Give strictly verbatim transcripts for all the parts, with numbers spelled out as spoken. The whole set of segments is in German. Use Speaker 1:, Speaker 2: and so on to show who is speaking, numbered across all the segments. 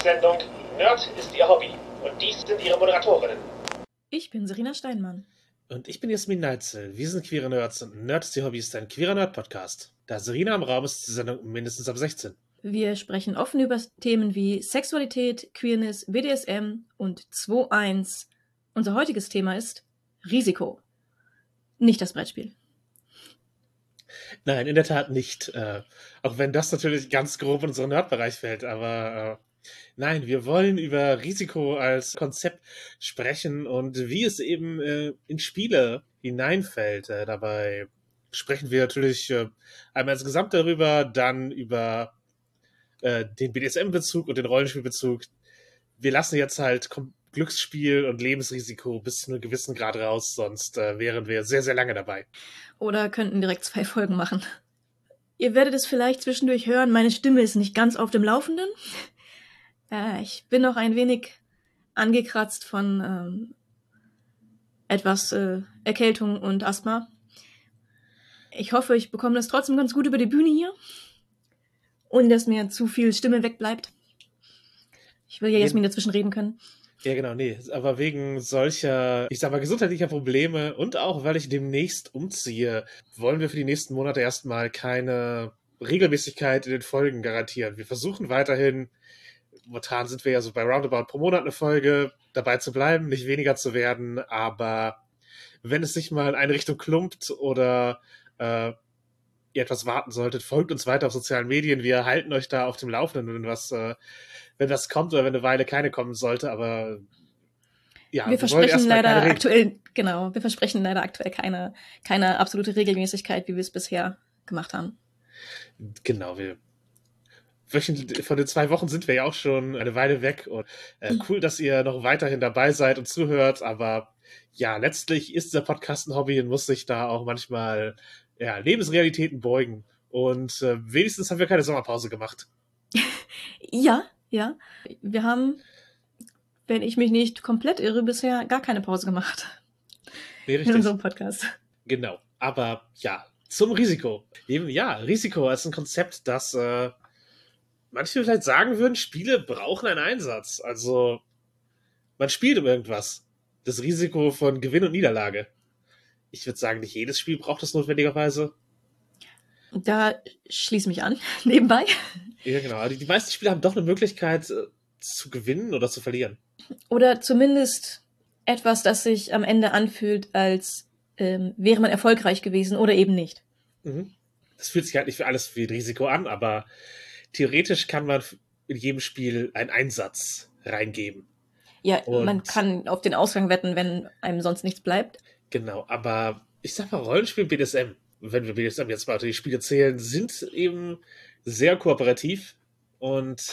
Speaker 1: Sendung Nerd ist Ihr Hobby und dies sind Ihre Moderatorinnen.
Speaker 2: Ich bin Serena Steinmann.
Speaker 3: Und ich bin Jasmin Neitzel. Wir sind queere Nerds und Nerd ist Ihr Hobby ist ein queerer Nerd-Podcast. Da Serena im Raum ist, ist die Sendung mindestens ab sechzehn.
Speaker 2: Wir sprechen offen über Themen wie Sexualität, Queerness, B D S M und zwei eins. Unser heutiges Thema ist Risiko. Nicht das Brettspiel.
Speaker 3: Nein, in der Tat nicht. Äh, auch wenn das natürlich ganz grob in unseren Nerdbereich fällt. Aber äh, nein, wir wollen über Risiko als Konzept sprechen und wie es eben äh, in Spiele hineinfällt. Äh, dabei sprechen wir natürlich äh, einmal insgesamt darüber, dann über äh, den B D S M-Bezug und den Rollenspielbezug. Wir lassen jetzt halt kom- Glücksspiel und Lebensrisiko bis zu einem gewissen Grad raus, sonst äh, wären wir sehr, sehr lange dabei.
Speaker 2: Oder könnten direkt zwei Folgen machen. Ihr werdet es vielleicht zwischendurch hören, meine Stimme ist nicht ganz auf dem Laufenden. Äh, ich bin noch ein wenig angekratzt von ähm, etwas äh, Erkältung und Asthma. Ich hoffe, ich bekomme das trotzdem ganz gut über die Bühne hier, ohne dass mir zu viel Stimme wegbleibt. Ich will ja Jasmin dazwischen reden können.
Speaker 3: Ja, genau, nee, aber wegen solcher, ich sag mal, gesundheitlicher Probleme und auch, weil ich demnächst umziehe, wollen wir für die nächsten Monate erstmal keine Regelmäßigkeit in den Folgen garantieren. Wir versuchen weiterhin, momentan sind wir ja so bei Roundabout pro Monat eine Folge, dabei zu bleiben, nicht weniger zu werden, aber wenn es sich mal in eine Richtung klumpt oder äh, ihr etwas warten solltet, folgt uns weiter auf sozialen Medien, wir halten euch da auf dem Laufenden, wenn was äh, wenn das kommt oder wenn eine Weile keine kommen sollte, aber ja,
Speaker 2: wir,
Speaker 3: wir
Speaker 2: versprechen leider aktuell, genau, wir versprechen leider aktuell keine, keine absolute Regelmäßigkeit, wie wir es bisher gemacht haben.
Speaker 3: Genau, wir von den zwei Wochen sind wir ja auch schon eine Weile weg und äh, cool, dass ihr noch weiterhin dabei seid und zuhört, aber ja, letztlich ist dieser Podcast ein Hobby und muss sich da auch manchmal ja, Lebensrealitäten beugen und äh, wenigstens haben wir keine Sommerpause gemacht.
Speaker 2: Ja, ja. Wir haben, wenn ich mich nicht komplett irre, bisher gar keine Pause gemacht.
Speaker 3: Nee, richtig.
Speaker 2: In unserem Podcast.
Speaker 3: Genau. Aber ja, zum Risiko. Eben, ja, Risiko ist ein Konzept, das äh, manche vielleicht sagen würden, Spiele brauchen einen Einsatz. Also, man spielt um irgendwas. Das Risiko von Gewinn und Niederlage. Ich würde sagen, nicht jedes Spiel braucht es notwendigerweise.
Speaker 2: Da schließe mich an, nebenbei.
Speaker 3: Ja, genau. Also die, die meisten Spiele haben doch eine Möglichkeit äh, zu gewinnen oder zu verlieren.
Speaker 2: Oder zumindest etwas, das sich am Ende anfühlt, als ähm, wäre man erfolgreich gewesen oder eben nicht.
Speaker 3: Mhm. Das fühlt sich halt nicht für alles wie ein Risiko an, aber theoretisch kann man in jedem Spiel einen Einsatz reingeben.
Speaker 2: Ja,
Speaker 3: Und
Speaker 2: man kann auf den Ausgang wetten, wenn einem sonst nichts bleibt.
Speaker 3: Genau, aber ich sag mal, Rollenspiel B D S M, wenn wir B D S M jetzt mal unter die Spiele zählen, sind eben sehr kooperativ und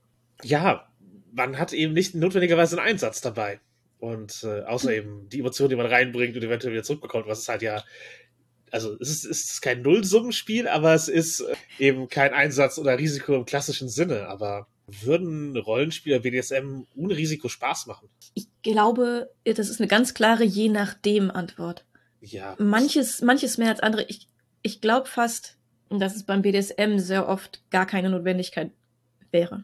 Speaker 3: ja, man hat eben nicht notwendigerweise einen Einsatz dabei. Und äh, außer eben die Emotionen, die man reinbringt und eventuell wieder zurückbekommt, was ist halt ja, also es ist, es ist kein Nullsummenspiel, aber es ist äh, eben kein Einsatz oder Risiko im klassischen Sinne. Aber würden Rollenspieler B D S M ohne Risiko Spaß machen?
Speaker 2: Ich glaube, das ist eine ganz klare je nachdem Antwort.
Speaker 3: Ja.
Speaker 2: Manches, manches mehr als andere. Ich, ich glaube fast, dass es beim B D S M sehr oft gar keine Notwendigkeit wäre.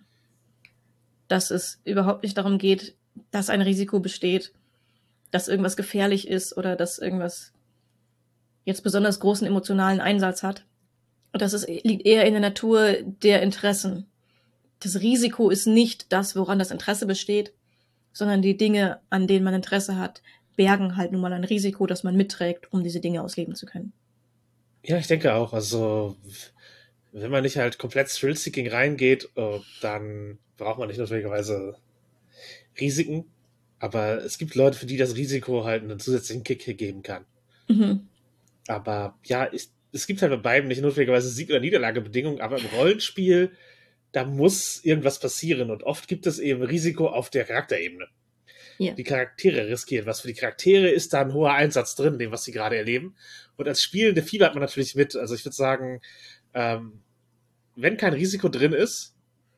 Speaker 2: Dass es überhaupt nicht darum geht, dass ein Risiko besteht, dass irgendwas gefährlich ist oder dass irgendwas jetzt besonders großen emotionalen Einsatz hat. Und das ist, liegt eher in der Natur der Interessen. Das Risiko ist nicht das, woran das Interesse besteht, sondern die Dinge, an denen man Interesse hat, bergen halt nun mal ein Risiko, das man mitträgt, um diese Dinge ausleben zu können.
Speaker 3: Ja, ich denke auch. Also, wenn man nicht halt komplett Thrill-Seeking reingeht, dann braucht man nicht notwendigerweise Risiken. Aber es gibt Leute, für die das Risiko halt einen zusätzlichen Kick geben kann.
Speaker 2: Mhm.
Speaker 3: Aber ja, ich, es gibt halt bei beiden nicht notwendigerweise Sieg- oder Niederlagebedingungen, aber im Rollenspiel, da muss irgendwas passieren. Und oft gibt es eben Risiko auf der Charakterebene.
Speaker 2: Ja.
Speaker 3: Die Charaktere riskieren. Was für die Charaktere ist da ein hoher Einsatz drin, dem, was sie gerade erleben. Und als Spielende fiebert man natürlich mit. Also ich würde sagen, ähm, wenn kein Risiko drin ist,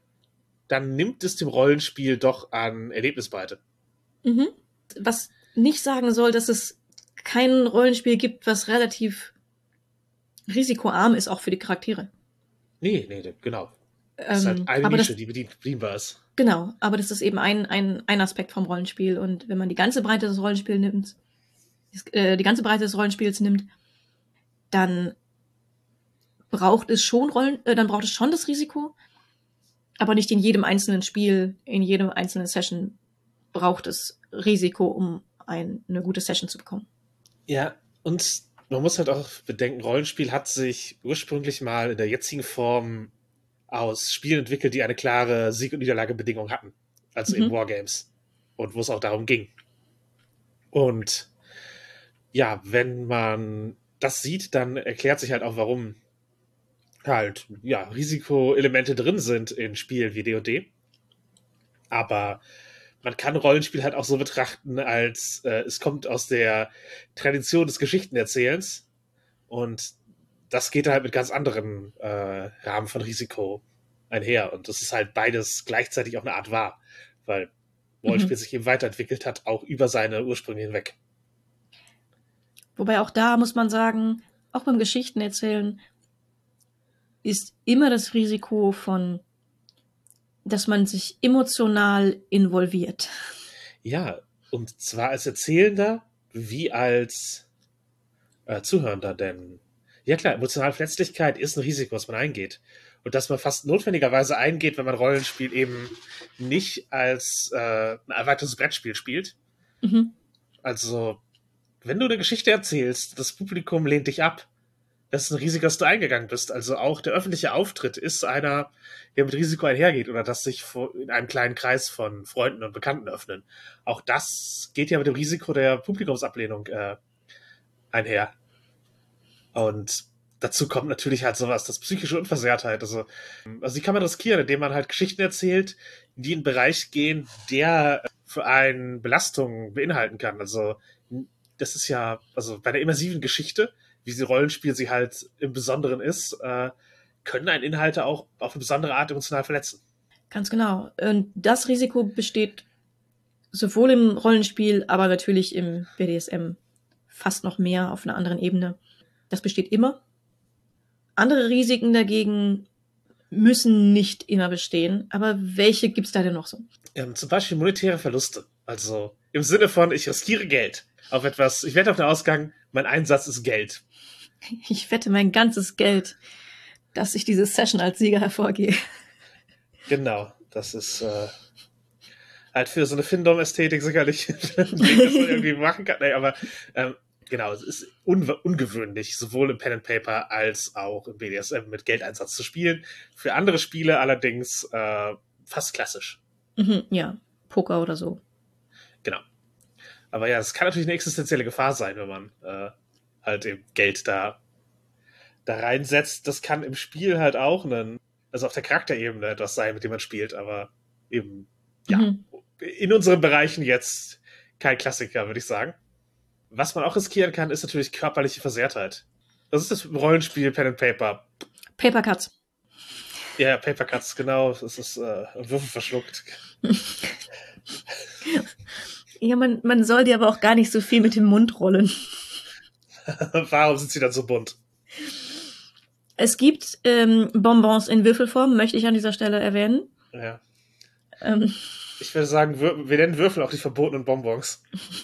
Speaker 3: dann nimmt es dem Rollenspiel doch an Erlebnisbreite.
Speaker 2: Mhm. Was nicht sagen soll, dass es kein Rollenspiel gibt, was relativ risikoarm ist, auch für die Charaktere.
Speaker 3: Nee, nee, genau. Das ist halt
Speaker 2: Ähm,
Speaker 3: eine
Speaker 2: aber
Speaker 3: Nische,
Speaker 2: das,
Speaker 3: die bedient- bedienbar ist.
Speaker 2: genau, aber das ist eben ein, ein, ein Aspekt vom Rollenspiel. Und wenn man die ganze Breite des Rollenspiels nimmt, äh, die ganze Breite des Rollenspiels nimmt, dann braucht es schon Rollen, äh, dann braucht es schon das Risiko, aber nicht in jedem einzelnen Spiel, in jedem einzelnen Session braucht es Risiko, um ein, eine gute Session zu bekommen.
Speaker 3: Ja, und man muss halt auch bedenken, Rollenspiel hat sich ursprünglich mal in der jetzigen Form aus Spielen entwickelt, die eine klare Sieg- und Niederlagebedingung hatten. Also eben
Speaker 2: Mhm.
Speaker 3: Wargames. Und wo es auch darum ging. Und ja, wenn man das sieht, dann erklärt sich halt auch, warum halt, ja, Risikoelemente drin sind in Spielen wie D und D. Aber man kann Rollenspiel halt auch so betrachten, als äh, es kommt aus der Tradition des Geschichtenerzählens und das geht halt mit ganz anderen äh, Rahmen von Risiko einher. Und das ist halt beides gleichzeitig auch eine Art wahr, weil Rollenspiel
Speaker 2: Mhm.
Speaker 3: sich eben weiterentwickelt hat, auch über seine Ursprünge hinweg.
Speaker 2: Wobei auch da muss man sagen, auch beim Geschichtenerzählen ist immer das Risiko von, dass man sich emotional involviert.
Speaker 3: Ja, und zwar als Erzählender wie als äh, Zuhörender, denn ja klar, emotionale Verletzlichkeit ist ein Risiko, was man eingeht. Und das man fast notwendigerweise eingeht, wenn man Rollenspiel eben nicht als äh, ein erweitertes Brettspiel spielt.
Speaker 2: Mhm.
Speaker 3: Also, wenn du eine Geschichte erzählst, das Publikum lehnt dich ab. Das ist ein Risiko, dass du eingegangen bist. Also auch der öffentliche Auftritt ist einer, der mit Risiko einhergeht oder das sich in einem kleinen Kreis von Freunden und Bekannten öffnen. Auch das geht ja mit dem Risiko der Publikumsablehnung äh, einher. Und dazu kommt natürlich halt sowas, das psychische Unversehrtheit. Also, also die kann man riskieren, indem man halt Geschichten erzählt, die in einen Bereich gehen, der für einen Belastungen beinhalten kann. Also das ist ja, also bei einer immersiven Geschichte, wie sie Rollenspiel sie halt im Besonderen ist, äh, können einen Inhalte auch auf eine besondere Art emotional verletzen.
Speaker 2: Ganz genau. Und das Risiko besteht sowohl im Rollenspiel, aber natürlich im B D S M fast noch mehr auf einer anderen Ebene. Das besteht immer. Andere Risiken dagegen müssen nicht immer bestehen. Aber welche gibt's da denn noch so?
Speaker 3: Ähm, zum Beispiel monetäre Verluste. Also im Sinne von, ich riskiere Geld auf etwas, ich wette auf den Ausgang, mein Einsatz ist Geld.
Speaker 2: Ich wette mein ganzes Geld, dass ich diese Session als Sieger hervorgehe.
Speaker 3: Genau, das ist äh, halt für so eine Findom-Ästhetik sicherlich ein Ding, das man irgendwie machen kann. Nee, aber ähm, genau, es ist un ungewöhnlich, sowohl im Pen and Paper als auch im B D S M mit Geldeinsatz zu spielen. Für andere Spiele allerdings äh, fast klassisch.
Speaker 2: Mhm, ja, Poker oder so.
Speaker 3: Genau. Aber ja, es kann natürlich eine existenzielle Gefahr sein, wenn man äh, halt eben Geld da, da reinsetzt. Das kann im Spiel halt auch einen, also auf der Charakterebene etwas sein, mit dem man spielt, aber eben, ja,
Speaker 2: Mhm.
Speaker 3: in unseren Bereichen jetzt kein Klassiker, würde ich sagen. Was man auch riskieren kann, ist natürlich körperliche Versehrtheit. Das ist das Rollenspiel Pen and Paper.
Speaker 2: Paper Cuts.
Speaker 3: Ja, Paper Cuts, genau. Das ist äh, Würfel verschluckt.
Speaker 2: Ja, man, man soll dir aber auch gar nicht so viel mit dem Mund rollen.
Speaker 3: Warum sind sie dann so bunt?
Speaker 2: Es gibt ähm, Bonbons in Würfelform, möchte ich an dieser Stelle erwähnen.
Speaker 3: Ja.
Speaker 2: Ähm,
Speaker 3: Ich würde sagen, wir, wir nennen Würfel auch die verbotenen Bonbons.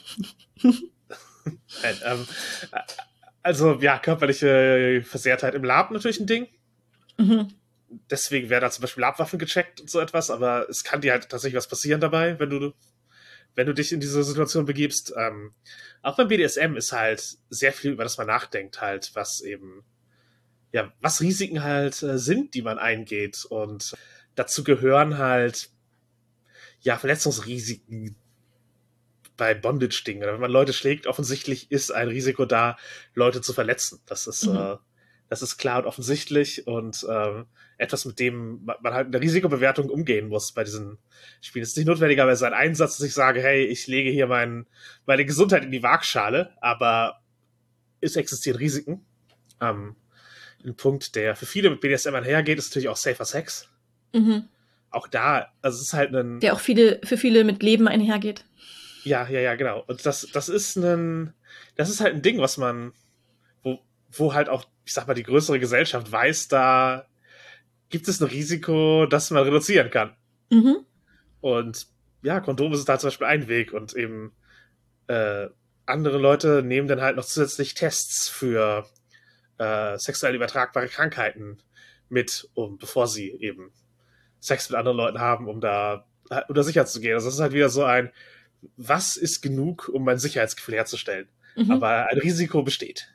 Speaker 3: Nein, ähm, also, ja, körperliche Versehrtheit im Lab natürlich ein Ding.
Speaker 2: mhm.
Speaker 3: Deswegen wäre da zum Beispiel Labwaffen gecheckt und so etwas, aber es kann dir halt tatsächlich was passieren dabei, wenn du, wenn du dich in diese Situation begibst. Ähm, auch beim B D S M ist halt sehr viel, über das man nachdenkt, halt, was eben, ja, was Risiken halt äh, sind, die man eingeht. Und dazu gehören halt, ja, Verletzungsrisiken bei Bondage-Dingen. Oder wenn man Leute schlägt, offensichtlich ist ein Risiko da, Leute zu verletzen. Das ist, mhm. äh, das ist klar und offensichtlich und ähm, etwas, mit dem man halt in der Risikobewertung umgehen muss bei diesen Spielen. Es ist nicht notwendigerweise ein Einsatz, dass ich sage, hey, ich lege hier mein, meine Gesundheit in die Waagschale, aber es existieren Risiken. Ähm, ein Punkt, der für viele mit B D S M einhergeht, ist natürlich auch Safer Sex.
Speaker 2: Mhm.
Speaker 3: Auch da, also es ist halt ein...
Speaker 2: Der auch viele, für viele mit Leben einhergeht.
Speaker 3: Ja, ja, ja, genau. Und das, das ist ein, das ist halt ein Ding, was man, wo, wo halt auch, ich sag mal, die größere Gesellschaft weiß, da, gibt es ein Risiko, das man reduzieren kann.
Speaker 2: Mhm.
Speaker 3: Und ja, Kondom ist da zum Beispiel ein Weg und eben äh, andere Leute nehmen dann halt noch zusätzlich Tests für äh, sexuell übertragbare Krankheiten mit, um, bevor sie eben Sex mit anderen Leuten haben, um da unter sicher zu gehen. Also das ist halt wieder so ein, was ist genug, um mein Sicherheitsgefühl herzustellen?
Speaker 2: Mhm.
Speaker 3: Aber ein Risiko besteht.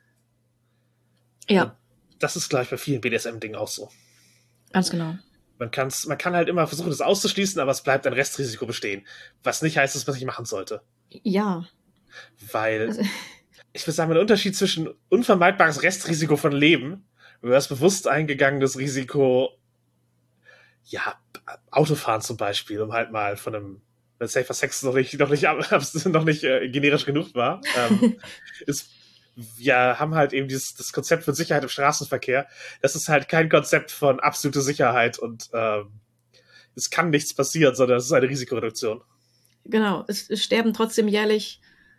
Speaker 2: Ja.
Speaker 3: Und das ist, glaube ich, bei vielen B D S M-Dingen auch so.
Speaker 2: Ganz genau.
Speaker 3: Man, kann's, man kann halt immer versuchen, das auszuschließen, aber es bleibt ein Restrisiko bestehen. Was nicht heißt, dass man es nicht machen sollte.
Speaker 2: Ja.
Speaker 3: Weil,
Speaker 2: Also,
Speaker 3: ich würde sagen, der Unterschied zwischen unvermeidbares Restrisiko von Leben versus bewusst eingegangenes Risiko, ja, Autofahren zum Beispiel, um halt mal von einem, wenn Safer Sex noch nicht, noch nicht, noch nicht äh, generisch genug war, ähm, ist, wir haben halt eben dieses das Konzept von Sicherheit im Straßenverkehr. Das ist halt kein Konzept von absoluter Sicherheit und ähm, es kann nichts passieren, sondern es ist eine Risikoreduktion.
Speaker 2: Genau, es, es sterben trotzdem jährlich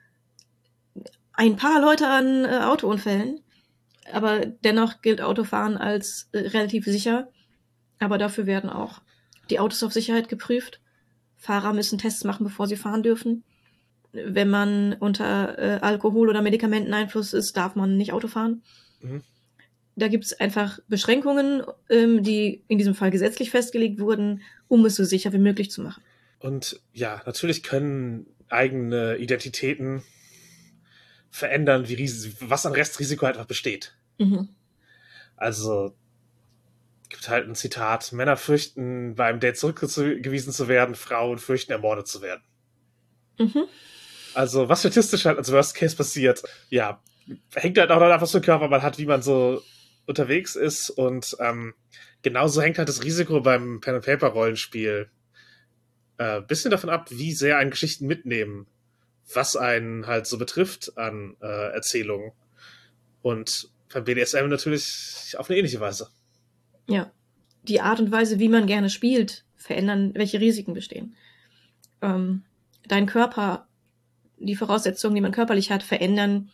Speaker 2: ein paar Leute an äh, Autounfällen, aber dennoch gilt Autofahren als äh, relativ sicher. Aber dafür werden auch die Autos auf Sicherheit geprüft. Fahrer müssen Tests machen, bevor sie fahren dürfen. Wenn man unter äh, Alkohol- oder Medikamenteneinfluss ist, darf man nicht Auto fahren.
Speaker 3: Mhm.
Speaker 2: Da gibt es einfach Beschränkungen, ähm, die in diesem Fall gesetzlich festgelegt wurden, um es so sicher wie möglich zu machen.
Speaker 3: Und ja, natürlich können eigene Identitäten verändern, wie Ries- was an Restrisiko halt einfach besteht.
Speaker 2: Mhm.
Speaker 3: Also gibt halt ein Zitat, Männer fürchten, beim Date zurückgewiesen zu werden, Frauen fürchten, ermordet zu werden.
Speaker 2: Mhm.
Speaker 3: Also was statistisch halt als Worst Case passiert, ja, hängt halt auch davon, was für einen Körper man hat, wie man so unterwegs ist und ähm, genauso hängt halt das Risiko beim Pen-and-Paper-Rollenspiel ein äh, bisschen davon ab, wie sehr einen Geschichten mitnehmen, was einen halt so betrifft an äh, Erzählungen. Und beim B D S M natürlich auf eine ähnliche Weise.
Speaker 2: Ja. Die Art und Weise, wie man gerne spielt, verändern, welche Risiken bestehen. Ähm, dein Körper, die Voraussetzungen, die man körperlich hat, verändern,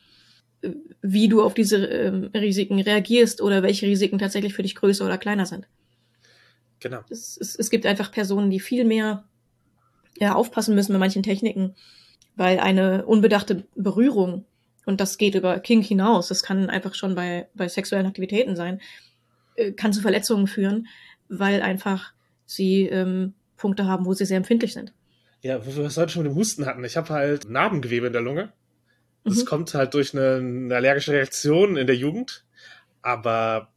Speaker 2: wie du auf diese ähm, Risiken reagierst oder welche Risiken tatsächlich für dich größer oder kleiner sind.
Speaker 3: Genau.
Speaker 2: Es, es, es gibt einfach Personen, die viel mehr ja, aufpassen müssen bei manchen Techniken, weil eine unbedachte Berührung, und das geht über Kink hinaus, das kann einfach schon bei, bei sexuellen Aktivitäten sein, äh, kann zu Verletzungen führen, weil einfach sie ähm, Punkte haben, wo sie sehr empfindlich sind.
Speaker 3: Ja, wo wir es heute schon mit dem Husten hatten. Ich habe halt Narbengewebe in der Lunge. Das
Speaker 2: Mhm.
Speaker 3: kommt halt durch eine, eine allergische Reaktion in der Jugend. Aber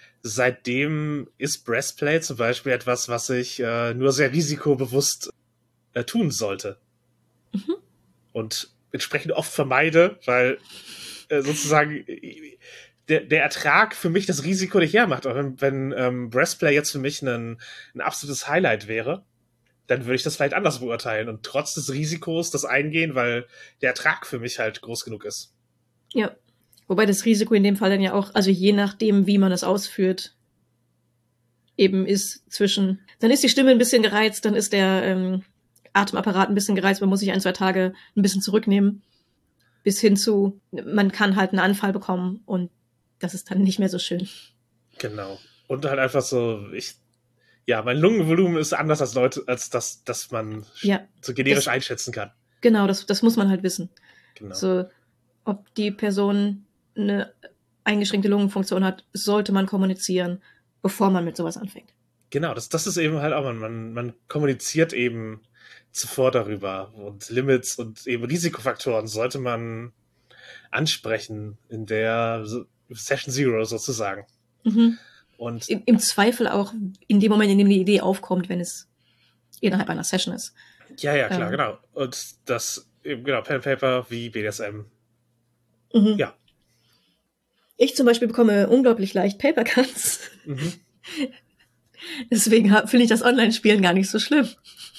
Speaker 3: seitdem ist Breastplay zum Beispiel etwas, was ich äh, nur sehr risikobewusst äh, tun sollte.
Speaker 2: Mhm.
Speaker 3: Und entsprechend oft vermeide, weil äh, sozusagen der, der Ertrag für mich das Risiko nicht hermacht. Auch wenn, wenn ähm, Breastplay jetzt für mich ein, ein absolutes Highlight wäre, dann würde ich das vielleicht anders beurteilen und trotz des Risikos das eingehen, weil der Ertrag für mich halt groß genug ist.
Speaker 2: Ja, wobei das Risiko in dem Fall dann ja auch, also je nachdem, wie man es ausführt, eben ist zwischen, dann ist die Stimme ein bisschen gereizt, dann ist der ähm, Atemapparat ein bisschen gereizt, man muss sich ein, zwei Tage ein bisschen zurücknehmen, bis hin zu, man kann halt einen Anfall bekommen und das ist dann nicht mehr so schön.
Speaker 3: Genau. Und halt einfach so, ich, ja, mein Lungenvolumen ist anders als Leute, als das, dass man
Speaker 2: Ja,
Speaker 3: so generisch
Speaker 2: das,
Speaker 3: einschätzen kann.
Speaker 2: Genau, das, das muss man halt wissen.
Speaker 3: Genau.
Speaker 2: So, ob die Person eine eingeschränkte Lungenfunktion hat, sollte man kommunizieren, bevor man mit sowas anfängt.
Speaker 3: Genau, das, das ist eben halt auch, man, man kommuniziert eben zuvor darüber und Limits und eben Risikofaktoren sollte man ansprechen in der Session Zero sozusagen.
Speaker 2: Mhm.
Speaker 3: Und
Speaker 2: Im, Im Zweifel auch in dem Moment, in dem die Idee aufkommt, wenn es innerhalb einer Session ist.
Speaker 3: ja, ja, klar,
Speaker 2: ähm.
Speaker 3: genau. Und das eben, genau, Pen and Paper wie B D S M.
Speaker 2: Mhm.
Speaker 3: Ja.
Speaker 2: Ich zum Beispiel bekomme unglaublich leicht Paper Cuts.
Speaker 3: Mhm.
Speaker 2: Deswegen finde ich das Online-Spielen gar nicht so schlimm.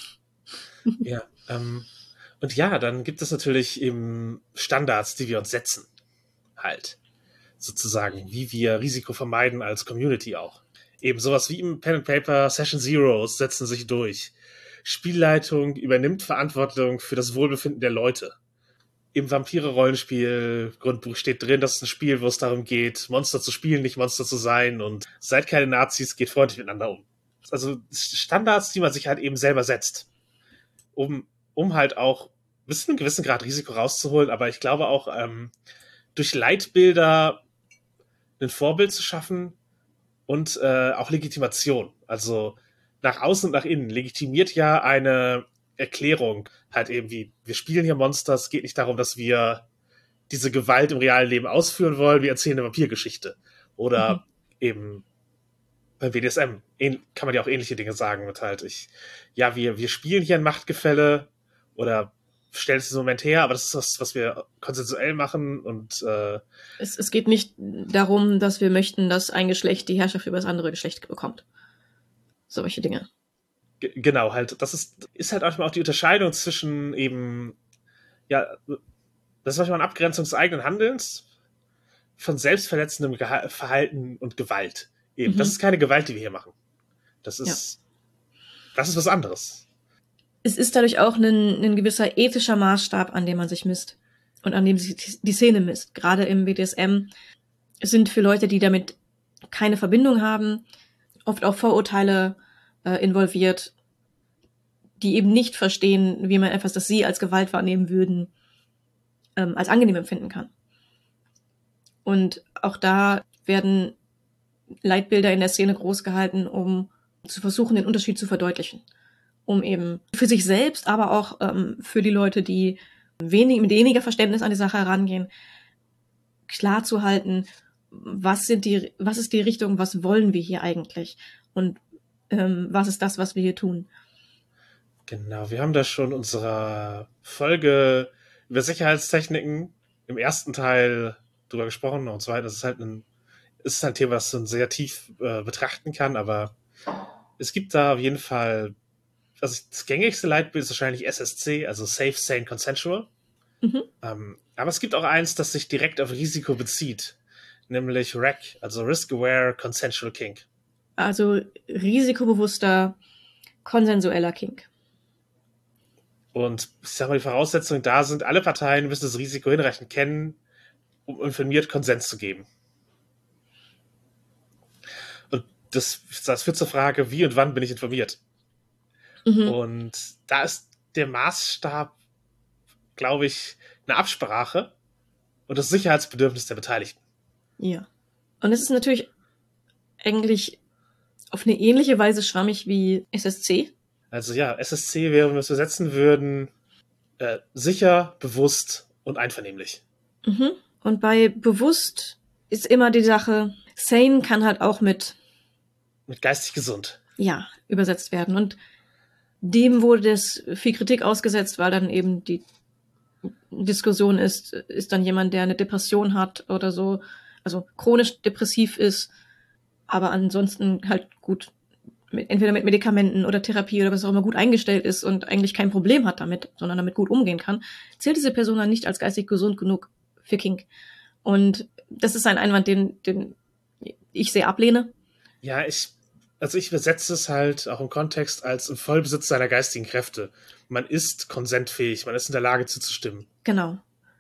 Speaker 3: Ja, ähm, und ja, dann gibt es natürlich eben Standards, die wir uns setzen. Halt. Sozusagen, wie wir Risiko vermeiden als Community auch. Eben sowas wie im Pen and Paper Session Zeros setzen sich durch. Spielleitung übernimmt Verantwortung für das Wohlbefinden der Leute. im Vampire-Rollenspiel-Grundbuch steht drin, das ist ein Spiel, wo es darum geht, Monster zu spielen, nicht Monster zu sein und seid keine Nazis, geht freundlich miteinander um. Also Standards, die man sich halt eben selber setzt, um, um halt auch bis zu einem gewissen Grad Risiko rauszuholen, aber ich glaube auch ähm, durch Leitbilder ein Vorbild zu schaffen und äh, auch Legitimation. Also nach außen und nach innen legitimiert ja eine Erklärung halt eben wie, wir spielen hier Monster, es geht nicht darum, dass wir diese Gewalt im realen Leben ausführen wollen, wir erzählen eine Vampirgeschichte. Oder mhm. eben beim B D S M kann man ja auch ähnliche Dinge sagen mit halt, ich, ja, wir, wir spielen hier ein Machtgefälle oder stellen es diesen Moment her, aber das ist das, was wir konsensuell machen und äh,
Speaker 2: es, es geht nicht darum, dass wir möchten, dass ein Geschlecht die Herrschaft über das andere Geschlecht bekommt. Solche Dinge.
Speaker 3: G- genau, halt, das ist, ist halt manchmal auch die Unterscheidung zwischen eben, ja, das ist manchmal eine Abgrenzung des eigenen Handelns von selbstverletzendem Geha- Verhalten und Gewalt. Eben, mhm. Das ist keine Gewalt, die wir hier machen. Das ist, ja. das ist was anderes.
Speaker 2: Es ist dadurch auch ein, ein gewisser ethischer Maßstab, an dem man sich misst und an dem sich die Szene misst. Gerade im B D S M sind für Leute, die damit keine Verbindung haben, oft auch Vorurteile äh, involviert, die eben nicht verstehen, wie man etwas, das sie als Gewalt wahrnehmen würden, ähm, als angenehm empfinden kann. Und auch da werden Leitbilder in der Szene groß gehalten, um zu versuchen, den Unterschied zu verdeutlichen. Um eben für sich selbst, aber auch ähm, für die Leute, die wenig, mit weniger Verständnis an die Sache herangehen, klar zu halten, was sind die, was ist die Richtung, was wollen wir hier eigentlich und ähm, was ist das, was wir hier tun.
Speaker 3: Genau, wir haben da schon in unserer Folge über Sicherheitstechniken im ersten Teil drüber gesprochen und so weiter. Das ist halt ein, ist ein Thema, das man sehr tief äh, betrachten kann, aber es gibt da auf jeden Fall, also das gängigste Leitbild ist wahrscheinlich S S C, also Safe, Sane, Consensual. Mhm. Ähm, aber es gibt auch eins, das sich direkt auf Risiko bezieht, nämlich R A C, also Risk Aware Consensual Kink.
Speaker 2: Also risikobewusster, konsensueller Kink.
Speaker 3: Und ich sag mal, die Voraussetzungen da sind, alle Parteien müssen das Risiko hinreichend kennen, um informiert Konsens zu geben. Und das, das führt zur Frage, wie und wann bin ich informiert? Mhm. Und da ist der Maßstab, glaube ich, eine Absprache und das Sicherheitsbedürfnis der Beteiligten.
Speaker 2: Ja. Und es ist natürlich eigentlich auf eine ähnliche Weise schwammig wie S S C.
Speaker 3: Also ja, S S C wäre, wenn wir es übersetzen würden, äh, sicher, bewusst und einvernehmlich.
Speaker 2: Mhm. Und bei bewusst ist immer die Sache, sane kann halt auch mit
Speaker 3: mit geistig gesund.
Speaker 2: Ja, übersetzt werden. Und dem wurde das viel Kritik ausgesetzt, weil dann eben die Diskussion ist, ist dann jemand, der eine Depression hat oder so, also chronisch depressiv ist, aber ansonsten halt gut, mit, entweder mit Medikamenten oder Therapie oder was auch immer gut eingestellt ist und eigentlich kein Problem hat damit, sondern damit gut umgehen kann, zählt diese Person dann nicht als geistig gesund genug für Kink. Und das ist ein Einwand, den, den ich sehr ablehne.
Speaker 3: Ja, ich Also ich übersetze es halt auch im Kontext als im Vollbesitz seiner geistigen Kräfte. Man ist konsentfähig, man ist in der Lage zuzustimmen.
Speaker 2: Genau.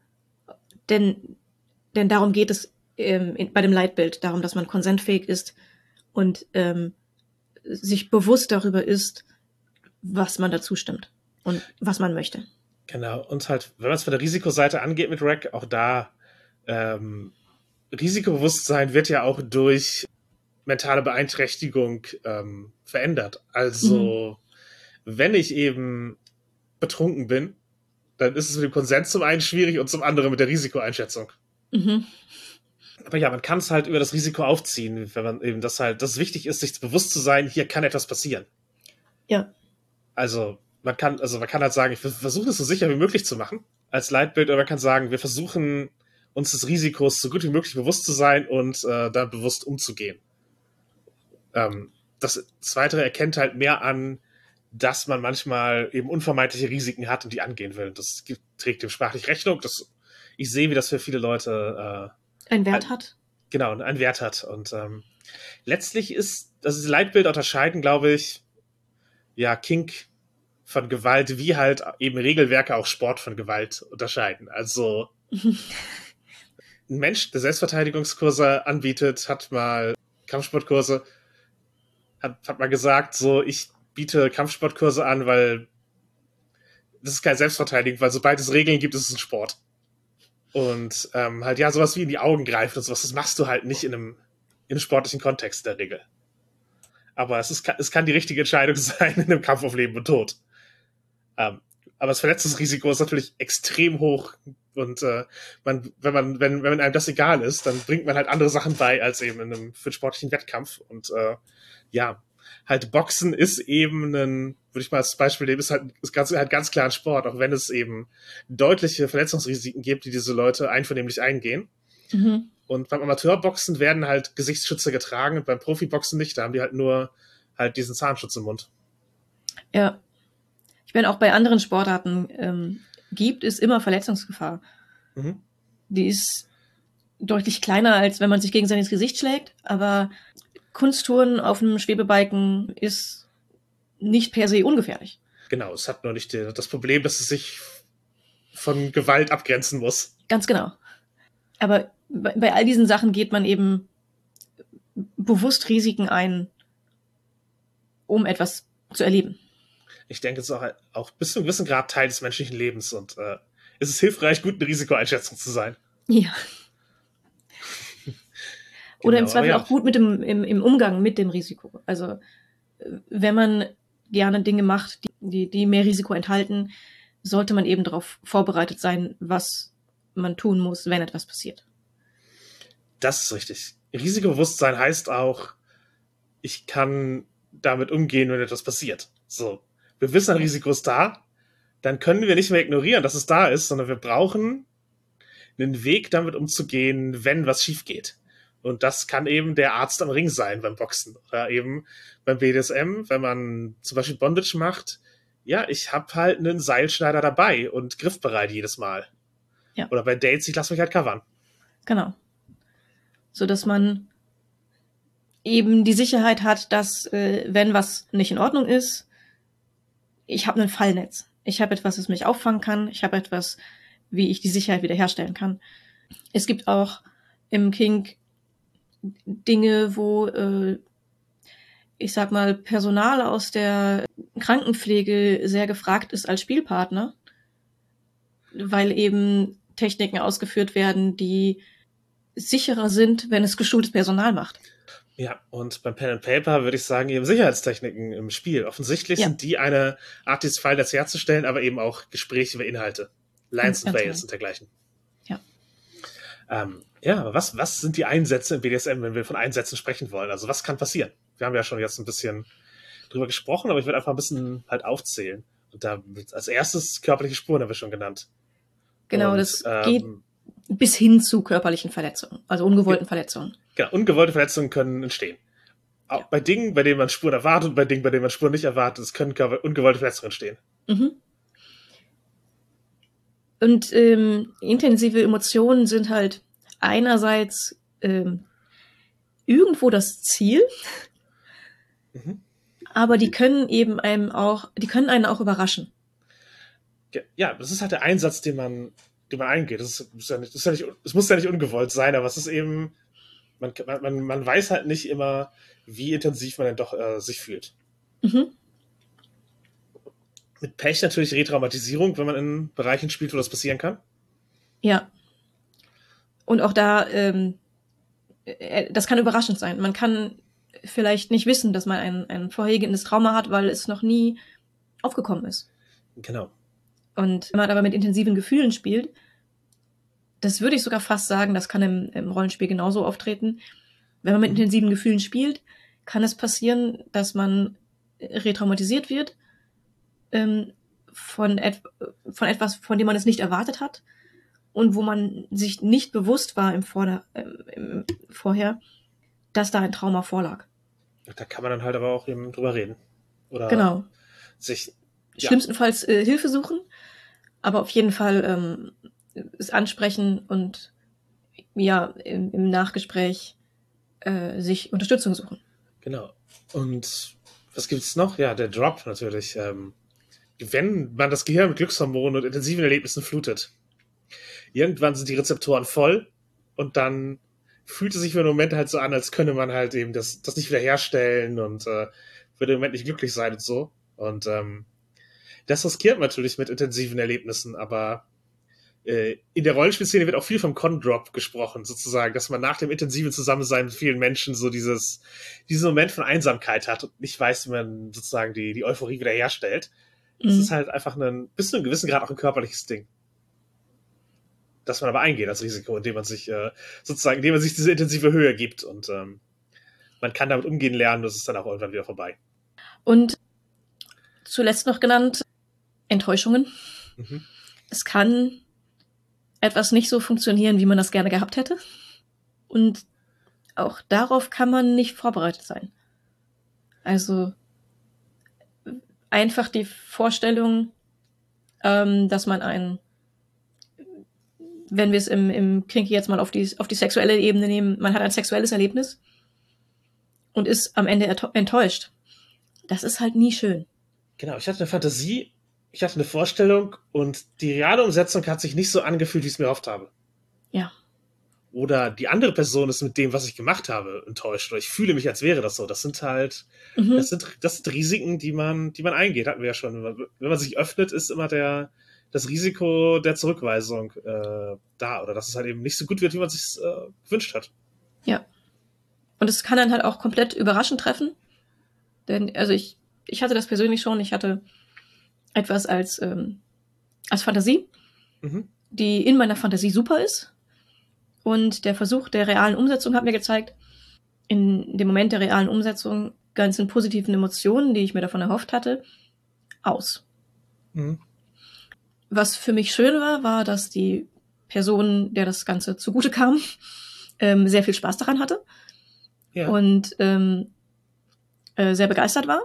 Speaker 2: Denn, denn darum geht es ähm, in, bei dem Leitbild, darum, dass man konsentfähig ist und ähm, sich bewusst darüber ist, was man dazu stimmt und was man möchte.
Speaker 3: Genau, und halt, wenn man es von der Risikoseite angeht mit R A C, auch da ähm, Risikobewusstsein wird ja auch durch mentale Beeinträchtigung ähm, verändert. Also, mhm. wenn ich eben betrunken bin, dann ist es mit dem Konsens zum einen schwierig und zum anderen mit der Risikoeinschätzung. Mhm. Aber ja, man kann es halt über das Risiko aufziehen, wenn man eben das halt, dass es wichtig ist, sich bewusst zu sein, hier kann etwas passieren.
Speaker 2: Ja.
Speaker 3: Also, man kann, also man kann halt sagen, ich versuche es so sicher wie möglich zu machen, als Leitbild, oder man kann sagen, wir versuchen uns des Risikos so gut wie möglich bewusst zu sein und äh, da bewusst umzugehen. Ähm, das Zweite erkennt halt mehr an, dass man manchmal eben unvermeidliche Risiken hat und die angehen will. Das gibt, trägt dem sprachlich Rechnung. Das, ich sehe, wie das für viele Leute
Speaker 2: äh, einen Wert ein, hat.
Speaker 3: Genau, einen Wert hat. Und ähm, letztlich ist, also diese Leitbilder unterscheiden, glaube ich, ja, Kink von Gewalt, wie halt eben Regelwerke auch Sport von Gewalt unterscheiden. Also ein Mensch, der Selbstverteidigungskurse anbietet, hat mal Kampfsportkurse, hat, hat mal gesagt, so, ich biete Kampfsportkurse an, weil das ist kein Selbstverteidigung, weil sobald es Regeln gibt, ist es ein Sport. Und ähm, halt, ja, sowas wie in die Augen greifen und sowas, das machst du halt nicht in einem, in einem sportlichen Kontext in der Regel. Aber es, ist, es kann die richtige Entscheidung sein in einem Kampf auf Leben und Tod. Ähm, aber das Verletzungsrisiko ist natürlich extrem hoch und äh, man, wenn man, wenn, wenn einem das egal ist, dann bringt man halt andere Sachen bei als eben in einem für einen sportlichen Wettkampf. Und äh, ja, halt Boxen ist eben ein, würde ich mal als Beispiel nehmen, ist halt, ist ganz, halt ganz klar ein Sport, auch wenn es eben deutliche Verletzungsrisiken gibt, die diese Leute einvernehmlich eingehen.
Speaker 2: Mhm.
Speaker 3: Und beim Amateurboxen werden halt Gesichtsschützer getragen und beim Profiboxen nicht, da haben die halt nur halt diesen Zahnschutz im Mund.
Speaker 2: Ja. Ich meine, auch bei anderen Sportarten ähm, gibt es immer Verletzungsgefahr.
Speaker 3: Mhm.
Speaker 2: Die ist deutlich kleiner, als wenn man sich gegenseitig ins Gesicht schlägt, aber Kunsttouren auf einem Schwebebalken ist nicht per se ungefährlich.
Speaker 3: Genau, es hat nur nicht die, das Problem, dass es sich von Gewalt abgrenzen muss.
Speaker 2: Ganz genau. Aber bei, bei all diesen Sachen geht man eben bewusst Risiken ein, um etwas zu erleben.
Speaker 3: Ich denke, es ist auch, auch bis zu einem gewissen Grad Teil des menschlichen Lebens und äh, es ist hilfreich, gut in Risikoeinschätzung zu sein.
Speaker 2: Ja. Oder
Speaker 3: Genau,
Speaker 2: im Zweifel
Speaker 3: ja.
Speaker 2: auch gut mit dem, im, im Umgang mit dem Risiko. Also wenn man gerne Dinge macht, die, die, die mehr Risiko enthalten, sollte man eben darauf vorbereitet sein, was man tun muss, wenn etwas passiert.
Speaker 3: Das ist richtig. Risikobewusstsein heißt auch, ich kann damit umgehen, wenn etwas passiert. So, wir wissen, ein Risiko ist da, dann können wir nicht mehr ignorieren, dass es da ist, sondern wir brauchen einen Weg, damit umzugehen, wenn was schief geht. Und das kann eben der Arzt am Ring sein beim Boxen oder eben beim B D S M, wenn man zum Beispiel Bondage macht. Ja, ich habe halt einen Seilschneider dabei und griffbereit jedes Mal.
Speaker 2: Ja.
Speaker 3: Oder bei Dates, ich lasse mich halt covern.
Speaker 2: Genau. So dass man eben die Sicherheit hat, dass äh, wenn was nicht in Ordnung ist, ich habe ein Fallnetz. Ich habe etwas, das mich auffangen kann. Ich habe etwas, wie ich die Sicherheit wiederherstellen kann. Es gibt auch im Kink Dinge, wo äh, ich sag mal Personal aus der Krankenpflege sehr gefragt ist als Spielpartner, weil eben Techniken ausgeführt werden, die sicherer sind, wenn es geschultes Personal macht.
Speaker 3: Ja, und beim Pen and Paper würde ich sagen, eben Sicherheitstechniken im Spiel. Offensichtlich
Speaker 2: Ja.
Speaker 3: sind die eine Art, dieses Fallnetz herzustellen, aber eben auch Gespräche über Inhalte. Lines
Speaker 2: Ganz,
Speaker 3: and
Speaker 2: ganz
Speaker 3: Veils
Speaker 2: genau.
Speaker 3: und dergleichen.
Speaker 2: Ja.
Speaker 3: Ähm, ja, aber was, was sind die Einsätze im B D S M, wenn wir von Einsätzen sprechen wollen? Also was kann passieren? Wir haben ja schon jetzt ein bisschen drüber gesprochen, aber ich würde einfach ein bisschen halt aufzählen. Und da als erstes körperliche Spuren haben wir schon genannt.
Speaker 2: Genau,
Speaker 3: und,
Speaker 2: das
Speaker 3: ähm,
Speaker 2: geht bis hin zu körperlichen Verletzungen, also ungewollten
Speaker 3: Ja.
Speaker 2: Verletzungen.
Speaker 3: Genau, ungewollte Verletzungen können entstehen. Auch
Speaker 2: Ja.
Speaker 3: bei Dingen, bei denen man Spuren erwartet und bei Dingen, bei denen man Spuren nicht erwartet, es können körper- ungewollte Verletzungen entstehen.
Speaker 2: Mhm. Und ähm, intensive Emotionen sind halt einerseits ähm, irgendwo das Ziel,
Speaker 3: Mhm.
Speaker 2: aber die können eben einem auch, die können einen auch überraschen.
Speaker 3: Ja, das ist halt der Einsatz, den man, den man eingeht. Das ist, ist ja nicht, das ist ja nicht, es muss ja nicht ungewollt sein, aber es ist eben, man, man, man weiß halt nicht immer, wie intensiv man dann doch äh, sich fühlt.
Speaker 2: Mhm.
Speaker 3: Mit Pech natürlich Retraumatisierung, wenn man in Bereichen spielt, wo das passieren kann.
Speaker 2: Ja. Und auch da, ähm, äh, das kann überraschend sein. Man kann vielleicht nicht wissen, dass man ein, ein vorhergehendes Trauma hat, weil es noch nie aufgekommen ist.
Speaker 3: Genau.
Speaker 2: Und wenn man aber mit intensiven Gefühlen spielt, das würde ich sogar fast sagen, das kann im, im Rollenspiel genauso auftreten. Wenn man mit
Speaker 3: Mhm.
Speaker 2: intensiven Gefühlen spielt, kann es passieren, dass man retraumatisiert wird ähm, von, et von etwas, von dem man es nicht erwartet hat und wo man sich nicht bewusst war im, Vorder äh, im Vorher, dass da ein Trauma vorlag.
Speaker 3: Da kann man dann halt aber auch eben drüber reden. Oder
Speaker 2: Genau.
Speaker 3: sich, ja,
Speaker 2: Schlimmstenfalls äh, Hilfe suchen, aber auf jeden Fall ähm, es ansprechen und ja, im, im Nachgespräch äh, sich Unterstützung suchen.
Speaker 3: genau. Und was gibt's noch? Ja, der Drop natürlich. Ähm, wenn man das Gehirn mit Glückshormonen und intensiven Erlebnissen flutet, irgendwann sind die Rezeptoren voll und dann fühlt es sich für einen Moment halt so an, als könne man halt eben das, das nicht wiederherstellen und äh, würde im Moment nicht glücklich sein und so. Und ähm, das riskiert man natürlich mit intensiven Erlebnissen, aber äh, in der Rollenspielszene wird auch viel vom Con-Drop gesprochen, sozusagen, dass man nach dem intensiven Zusammensein mit vielen Menschen so dieses, diesen Moment von Einsamkeit hat und nicht weiß, wie man sozusagen die, die Euphorie wiederherstellt. Das
Speaker 2: Mhm.
Speaker 3: ist halt einfach ein, bis zu einem gewissen Grad auch ein körperliches Ding. Das man aber eingeht als Risiko, indem man sich äh, sozusagen, indem man sich diese intensive Höhe gibt und ähm, man kann damit umgehen lernen, das ist dann auch irgendwann wieder vorbei.
Speaker 2: Und zuletzt noch genannt, Enttäuschungen.
Speaker 3: Mhm.
Speaker 2: Es kann etwas nicht so funktionieren, wie man das gerne gehabt hätte. Und auch darauf kann man nicht vorbereitet sein. Also einfach die Vorstellung, ähm, dass man ein, wenn wir es im, im Kinky jetzt mal auf die, auf die sexuelle Ebene nehmen, man hat ein sexuelles Erlebnis und ist am Ende enttäuscht. Das ist halt nie schön.
Speaker 3: Genau, ich hatte eine Fantasie, ich hatte eine Vorstellung und die reale Umsetzung hat sich nicht so angefühlt, wie ich es mir erhofft habe.
Speaker 2: Ja.
Speaker 3: Oder die andere Person ist mit dem, was ich gemacht habe, enttäuscht. Oder ich fühle mich, als wäre das so. Das sind halt,
Speaker 2: Mhm.
Speaker 3: das sind, das sind Risiken, die man, die man eingeht, hatten wir ja schon. Wenn man, wenn man sich öffnet, ist immer der, das Risiko der Zurückweisung äh, da. Oder dass es halt eben nicht so gut wird, wie man sich äh, gewünscht hat.
Speaker 2: Ja. Und es kann dann halt auch komplett überraschend treffen. Denn, also ich, ich hatte das persönlich schon, ich hatte etwas als, ähm, als Fantasie,
Speaker 3: Mhm.
Speaker 2: die in meiner Fantasie super ist. Und der Versuch der realen Umsetzung hat mir gezeigt, in dem Moment der realen Umsetzung ganzen positiven Emotionen, die ich mir davon erhofft hatte, aus.
Speaker 3: Mhm.
Speaker 2: Was für mich schön war, war, dass die Person, der das Ganze zugute kam, ähm, sehr viel Spaß daran hatte.
Speaker 3: Ja.
Speaker 2: Und ähm, äh, sehr begeistert war.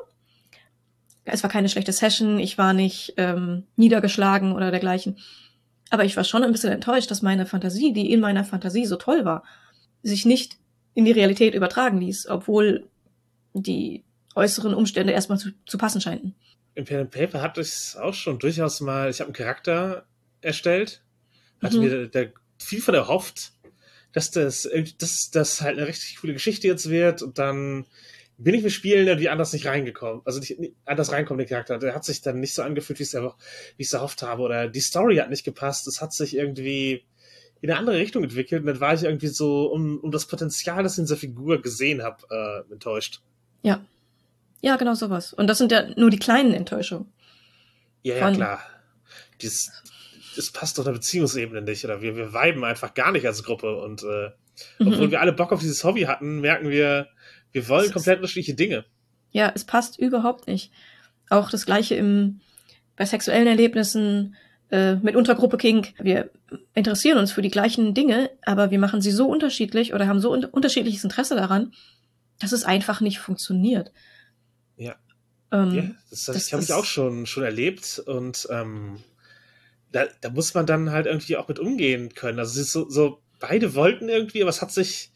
Speaker 2: Es war keine schlechte Session, ich war nicht ähm, niedergeschlagen oder dergleichen. Aber ich war schon ein bisschen enttäuscht, dass meine Fantasie, die in meiner Fantasie so toll war, sich nicht in die Realität übertragen ließ, obwohl die äußeren Umstände erstmal zu, zu passen scheinten.
Speaker 3: Im Pen and Paper hatte ich es auch schon durchaus mal, ich habe einen Charakter erstellt, hatte
Speaker 2: Mhm.
Speaker 3: mir da viel von erhofft, dass das, dass das halt eine richtig coole Geschichte jetzt wird und dann bin ich mit Spielen irgendwie anders nicht reingekommen. Also nicht, nicht anders reinkommen, der Charakter. Der hat sich dann nicht so angefühlt, wie ich es erhofft habe. Oder die Story hat nicht gepasst. Es hat sich irgendwie in eine andere Richtung entwickelt. Und dann war ich irgendwie so um, um das Potenzial, das ich in dieser Figur gesehen habe, äh, enttäuscht.
Speaker 2: Ja. Ja, genau sowas. Und das sind ja nur die kleinen Enttäuschungen.
Speaker 3: Ja, ja, klar. Dies, das passt auf der Beziehungsebene nicht. Oder wir, wir viben einfach gar nicht als Gruppe. Und äh, mhm. obwohl wir alle Bock auf dieses Hobby hatten, merken wir, wir wollen komplett unterschiedliche Dinge.
Speaker 2: Ja, es passt überhaupt nicht. Auch das Gleiche im, bei sexuellen Erlebnissen äh, mit Untergruppe Kink. Wir interessieren uns für die gleichen Dinge, aber wir machen sie so unterschiedlich oder haben so un- unterschiedliches Interesse daran, dass es einfach nicht funktioniert.
Speaker 3: Ja,
Speaker 2: ähm,
Speaker 3: ja das, das, das habe ich auch schon, schon erlebt und ähm, da, da muss man dann halt irgendwie auch mit umgehen können. Also es ist so, so beide wollten irgendwie, aber es hat sich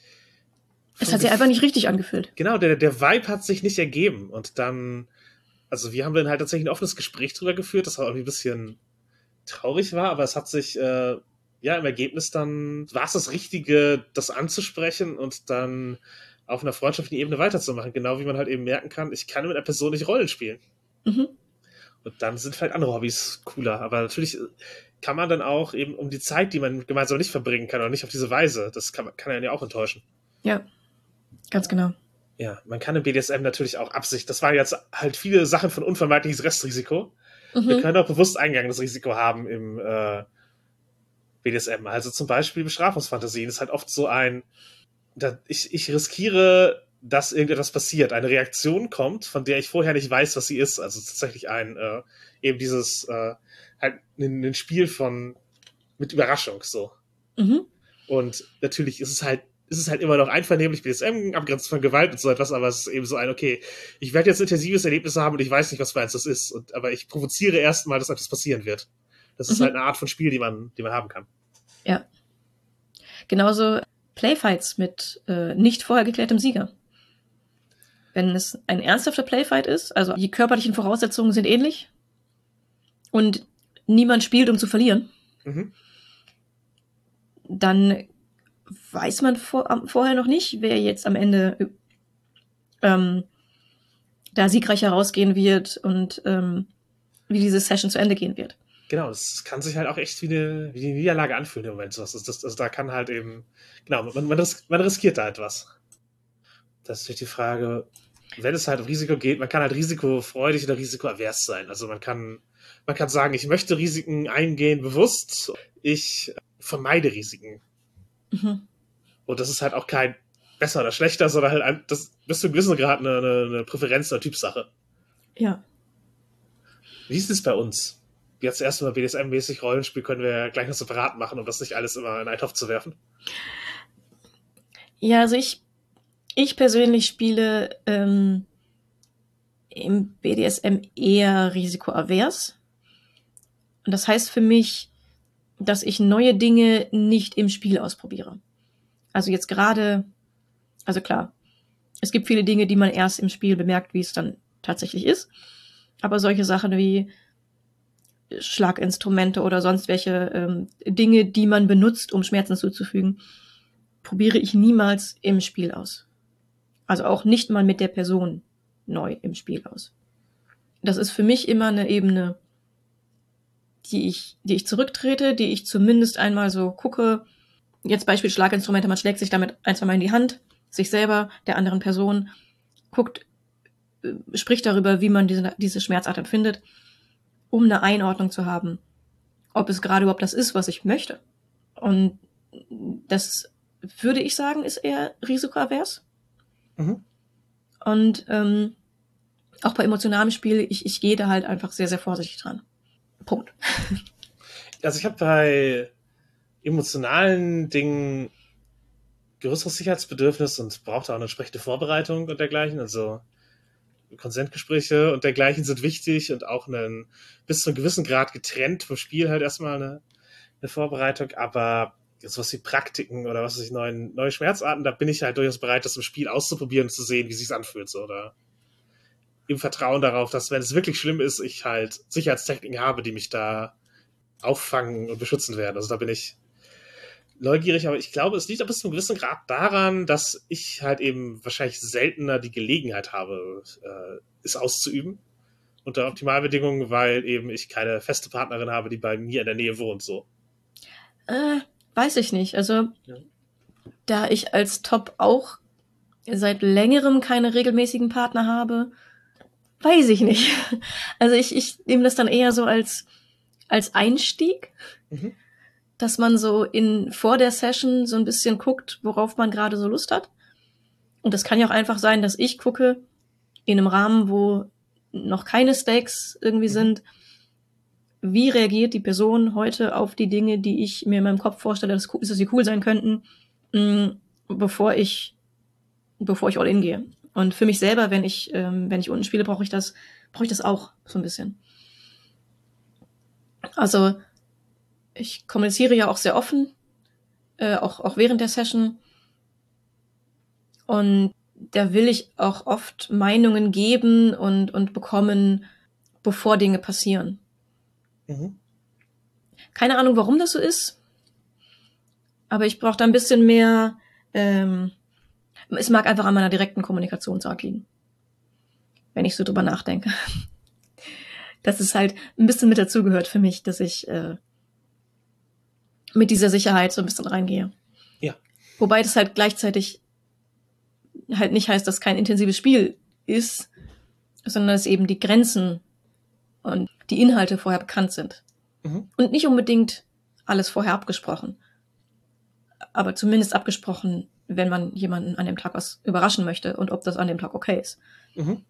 Speaker 2: Es hat sich einfach nicht richtig angefühlt.
Speaker 3: Genau, der, der Vibe hat sich nicht ergeben. Und dann, also wir haben dann halt tatsächlich ein offenes Gespräch drüber geführt, das auch irgendwie ein bisschen traurig war, aber es hat sich, äh, ja, im Ergebnis dann, war es das Richtige, das anzusprechen und dann auf einer freundschaftlichen Ebene weiterzumachen. Genau wie man halt eben merken kann, ich kann mit einer Person nicht Rollen spielen.
Speaker 2: Mhm.
Speaker 3: Und dann sind vielleicht andere Hobbys cooler. Aber natürlich kann man dann auch eben um die Zeit, die man gemeinsam nicht verbringen kann, oder nicht auf diese Weise, das kann, kann einen ja auch enttäuschen.
Speaker 2: Ja. Ganz genau.
Speaker 3: Ja, man kann im B D S M natürlich auch Absicht, das waren jetzt halt viele Sachen von unvermeidliches Restrisiko. Mhm. Wir können auch bewusst eingegangenes Risiko haben im äh, B D S M. Also zum Beispiel Bestrafungsfantasien ist halt oft so ein, da, ich, ich riskiere, dass irgendetwas passiert, eine Reaktion kommt, von der ich vorher nicht weiß, was sie ist. Also tatsächlich ein, äh, eben dieses, äh, halt ein, ein Spiel von, mit Überraschung, so.
Speaker 2: Mhm.
Speaker 3: Und natürlich ist es halt ist es halt immer noch einvernehmlich B D S M, abgrenzt von Gewalt und so etwas, aber es ist eben so ein, okay, ich werde jetzt intensives Erlebnis haben und ich weiß nicht, was für eins das ist, und, aber ich provoziere erstmal, dass etwas passieren wird. Das ist mhm. halt eine Art von Spiel, die man, die man haben kann.
Speaker 2: Ja. Genauso Playfights mit äh, nicht vorher geklärtem Sieger. Wenn es ein ernsthafter Playfight ist, also die körperlichen Voraussetzungen sind ähnlich, und niemand spielt, um zu verlieren,
Speaker 3: Mhm.
Speaker 2: dann weiß man vor, vorher noch nicht, wer jetzt am Ende ähm, da siegreich herausgehen wird und ähm, wie diese Session zu Ende gehen wird.
Speaker 3: Genau, das kann sich halt auch echt wie eine, wie eine Niederlage anfühlen im Moment. Das, das, also da kann halt eben, genau, man, man, ris- man riskiert da etwas. Das ist natürlich die Frage, wenn es halt um Risiko geht, man kann halt risikofreudig oder risikoavers sein. Also man kann, man kann sagen, ich möchte Risiken eingehen bewusst, ich vermeide Risiken.
Speaker 2: Mhm.
Speaker 3: Und das ist halt auch kein besser oder schlechter, sondern halt ein, das bis zu einem gewissen Grad eine, eine, eine Präferenz oder Typsache.
Speaker 2: Ja.
Speaker 3: Wie ist es bei uns? Jetzt erstmal B D S M-mäßig Rollenspiel können wir ja gleich noch separat machen, um das nicht alles immer in einen Topf zu werfen.
Speaker 2: Ja, also ich, ich persönlich spiele ähm, im B D S M eher risikoavers. Und das heißt für mich, dass ich neue Dinge nicht im Spiel ausprobiere. Also jetzt gerade, also klar, es gibt viele Dinge, die man erst im Spiel bemerkt, wie es dann tatsächlich ist. Aber solche Sachen wie Schlaginstrumente oder sonst welche ähm, Dinge, die man benutzt, um Schmerzen zuzufügen, probiere ich niemals im Spiel aus. Also auch nicht mal mit der Person neu im Spiel aus. Das ist für mich immer eine Ebene, die ich, die ich zurücktrete, die ich zumindest einmal so gucke. Jetzt Beispiel Schlaginstrumente, man schlägt sich damit ein, zwei Mal in die Hand, sich selber, der anderen Person, guckt, äh, spricht darüber, wie man diese, diese Schmerzart empfindet, um eine Einordnung zu haben, ob es gerade überhaupt das ist, was ich möchte. Und das würde ich sagen, ist eher risikoavers.
Speaker 3: Mhm.
Speaker 2: Und ähm, auch bei emotionalem Spiel, ich, ich gehe da halt einfach sehr, sehr vorsichtig dran. Punkt.
Speaker 3: Also ich habe bei emotionalen Dingen größeres Sicherheitsbedürfnis und braucht auch eine entsprechende Vorbereitung und dergleichen. Also Konsentgespräche und dergleichen sind wichtig und auch einen, bis zu einem gewissen Grad getrennt vom Spiel halt erstmal eine, eine Vorbereitung. Aber sowas wie Praktiken oder was weiß ich, neuen, neue Schmerzarten, da bin ich halt durchaus bereit, das im Spiel auszuprobieren und zu sehen, wie es sich anfühlt. So, oder im Vertrauen darauf, dass, wenn es wirklich schlimm ist, ich halt Sicherheitstechniken habe, die mich da auffangen und beschützen werden. Also da bin ich neugierig, aber ich glaube, es liegt bis zu einem gewissen Grad daran, dass ich halt eben wahrscheinlich seltener die Gelegenheit habe, äh, es auszuüben unter Optimalbedingungen, weil eben ich keine feste Partnerin habe, die bei mir in der Nähe wohnt. So.
Speaker 2: Äh, weiß ich nicht. Also,
Speaker 3: Ja.
Speaker 2: da ich als Top auch seit längerem keine regelmäßigen Partner habe, weiß ich nicht. Also ich, ich nehme das dann eher so als, als Einstieg,
Speaker 3: Mhm.
Speaker 2: dass man so in vor der Session so ein bisschen guckt, worauf man gerade so Lust hat. Und das kann ja auch einfach sein, dass ich gucke, in einem Rahmen, wo noch keine Stakes irgendwie
Speaker 3: Mhm.
Speaker 2: sind, wie reagiert die Person heute auf die Dinge, die ich mir in meinem Kopf vorstelle, dass, dass sie cool sein könnten, mh, bevor ich, bevor ich all in gehe. Und für mich selber, wenn ich, ähm, wenn ich unten spiele, brauche ich das, brauche ich das auch so ein bisschen. Also ich kommuniziere ja auch sehr offen, äh, auch, auch während der Session. Und da will ich auch oft Meinungen geben und, und bekommen, bevor Dinge passieren.
Speaker 3: Mhm.
Speaker 2: Keine Ahnung, warum das so ist, aber ich brauche da ein bisschen mehr, ähm, es mag einfach an meiner direkten Kommunikationsart liegen, wenn ich so drüber nachdenke. Dass es halt ein bisschen mit dazugehört für mich, dass ich äh, mit dieser Sicherheit so ein bisschen reingehe.
Speaker 3: Ja.
Speaker 2: Wobei das halt gleichzeitig halt nicht heißt, dass kein intensives Spiel ist, sondern dass eben die Grenzen und die Inhalte vorher bekannt sind.
Speaker 3: Mhm.
Speaker 2: Und nicht unbedingt alles vorher abgesprochen. Aber zumindest abgesprochen, wenn man jemanden an dem Tag was überraschen möchte und ob das an dem Tag okay ist.
Speaker 3: Mhm.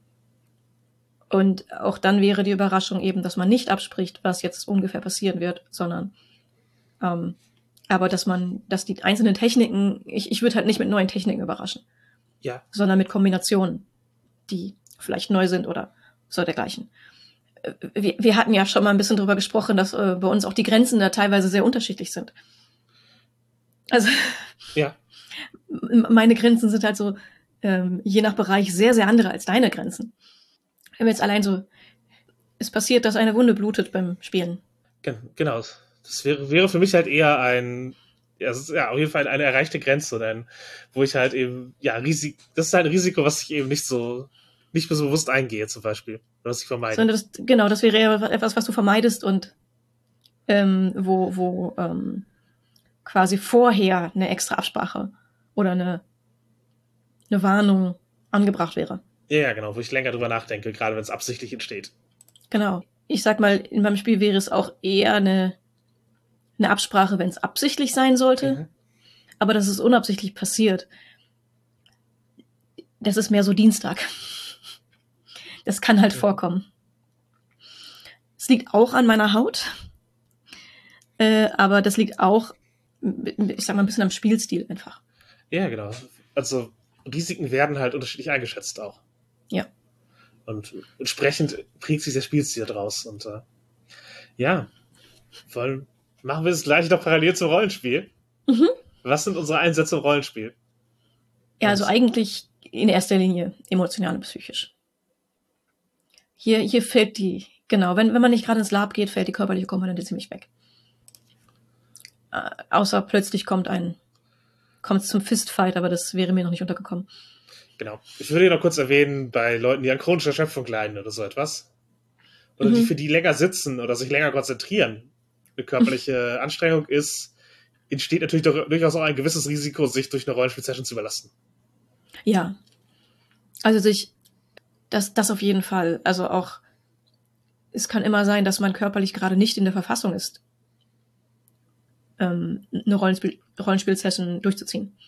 Speaker 2: Und auch dann wäre die Überraschung eben, dass man nicht abspricht, was jetzt ungefähr passieren wird, sondern ähm, aber dass man, dass die einzelnen Techniken, ich, ich würde halt nicht mit neuen Techniken überraschen,
Speaker 3: Ja.
Speaker 2: sondern mit Kombinationen, die vielleicht neu sind oder so dergleichen. Wir, wir hatten ja schon mal ein bisschen drüber gesprochen, dass äh, bei uns auch die Grenzen da teilweise sehr unterschiedlich sind. Also
Speaker 3: Ja.
Speaker 2: meine Grenzen sind halt so ähm, je nach Bereich sehr, sehr andere als deine Grenzen. Wenn wir jetzt allein so es passiert, dass eine Wunde blutet beim Spielen.
Speaker 3: Gen- Genau. Das wäre, wäre für mich halt eher ein, ja, es ist ja auf jeden Fall eine erreichte Grenze, oder ein, wo ich halt eben, ja, Risik, das ist halt ein Risiko, was ich eben nicht so, nicht mehr so bewusst eingehe, zum Beispiel. Oder was ich vermeide.
Speaker 2: Sondern das, genau, das wäre eher etwas, was du vermeidest und ähm, wo, wo ähm, quasi vorher eine extra Absprache oder eine, eine Warnung angebracht wäre.
Speaker 3: Ja, ja, genau, wo ich länger drüber nachdenke, gerade wenn es absichtlich entsteht.
Speaker 2: Genau. Ich sag mal, in meinem Spiel wäre es auch eher eine, eine Absprache, wenn es absichtlich sein sollte.
Speaker 3: Mhm.
Speaker 2: Aber dass es unabsichtlich passiert, das ist mehr so Dienstag. Das kann halt
Speaker 3: Mhm.
Speaker 2: vorkommen. Es liegt auch an meiner Haut. Äh, aber das liegt auch, ich sag mal, ein bisschen am Spielstil einfach.
Speaker 3: Ja, genau. Also Risiken werden halt unterschiedlich eingeschätzt auch.
Speaker 2: Ja.
Speaker 3: Und entsprechend prägt sich der Spielstil draus. Und äh, ja, wollen, machen wir das gleich noch parallel zum Rollenspiel.
Speaker 2: Mhm.
Speaker 3: Was sind unsere Einsätze im Rollenspiel?
Speaker 2: Ja, also
Speaker 3: Und-
Speaker 2: eigentlich in erster Linie emotional und psychisch. Hier, hier fällt die, genau, wenn, wenn man nicht gerade ins Lab geht, fällt die körperliche Komponente ziemlich weg. Äh, außer plötzlich kommt ein, kommt es zum Fistfight, aber das wäre mir noch nicht untergekommen.
Speaker 3: Genau. Ich würde hier noch kurz erwähnen, bei Leuten, die an chronischer Erschöpfung leiden oder so etwas, oder
Speaker 2: Mhm.
Speaker 3: die für die länger sitzen oder sich länger konzentrieren, eine körperliche Anstrengung ist, entsteht natürlich doch, durchaus auch ein gewisses Risiko, sich durch eine Rollenspiel-Session zu überlasten.
Speaker 2: Ja. Also sich, das, das auf jeden Fall. Also auch, es kann immer sein, dass man körperlich gerade nicht in der Verfassung ist, ähm, eine Rollenspiel, Rollenspiel-Session durchzuziehen.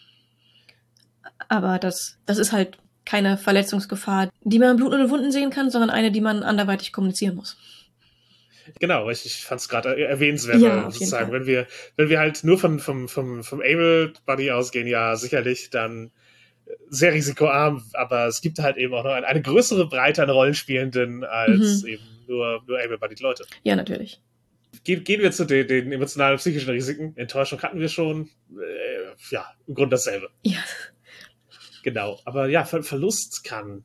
Speaker 2: Aber das, das ist halt keine Verletzungsgefahr, die man in Blut und Wunden sehen kann, sondern eine, die man anderweitig kommunizieren muss.
Speaker 3: Genau, ich, ich fand es gerade erwähnenswert,
Speaker 2: Ja,
Speaker 3: weil
Speaker 2: auf jeden
Speaker 3: sozusagen,
Speaker 2: Fall.
Speaker 3: wenn wir, wenn wir halt nur von, vom, vom, vom Able Buddy ausgehen, ja, sicherlich dann sehr risikoarm, aber es gibt halt eben auch noch eine, eine größere Breite an Rollenspielenden als
Speaker 2: Mhm.
Speaker 3: eben nur, nur Able Buddy Leute.
Speaker 2: Ja, natürlich.
Speaker 3: Gehen, gehen wir zu den, den emotionalen und psychischen Risiken. Enttäuschung hatten wir schon. Äh, ja, im Grunde dasselbe.
Speaker 2: Ja.
Speaker 3: Genau. Aber ja, Ver Verlust kann,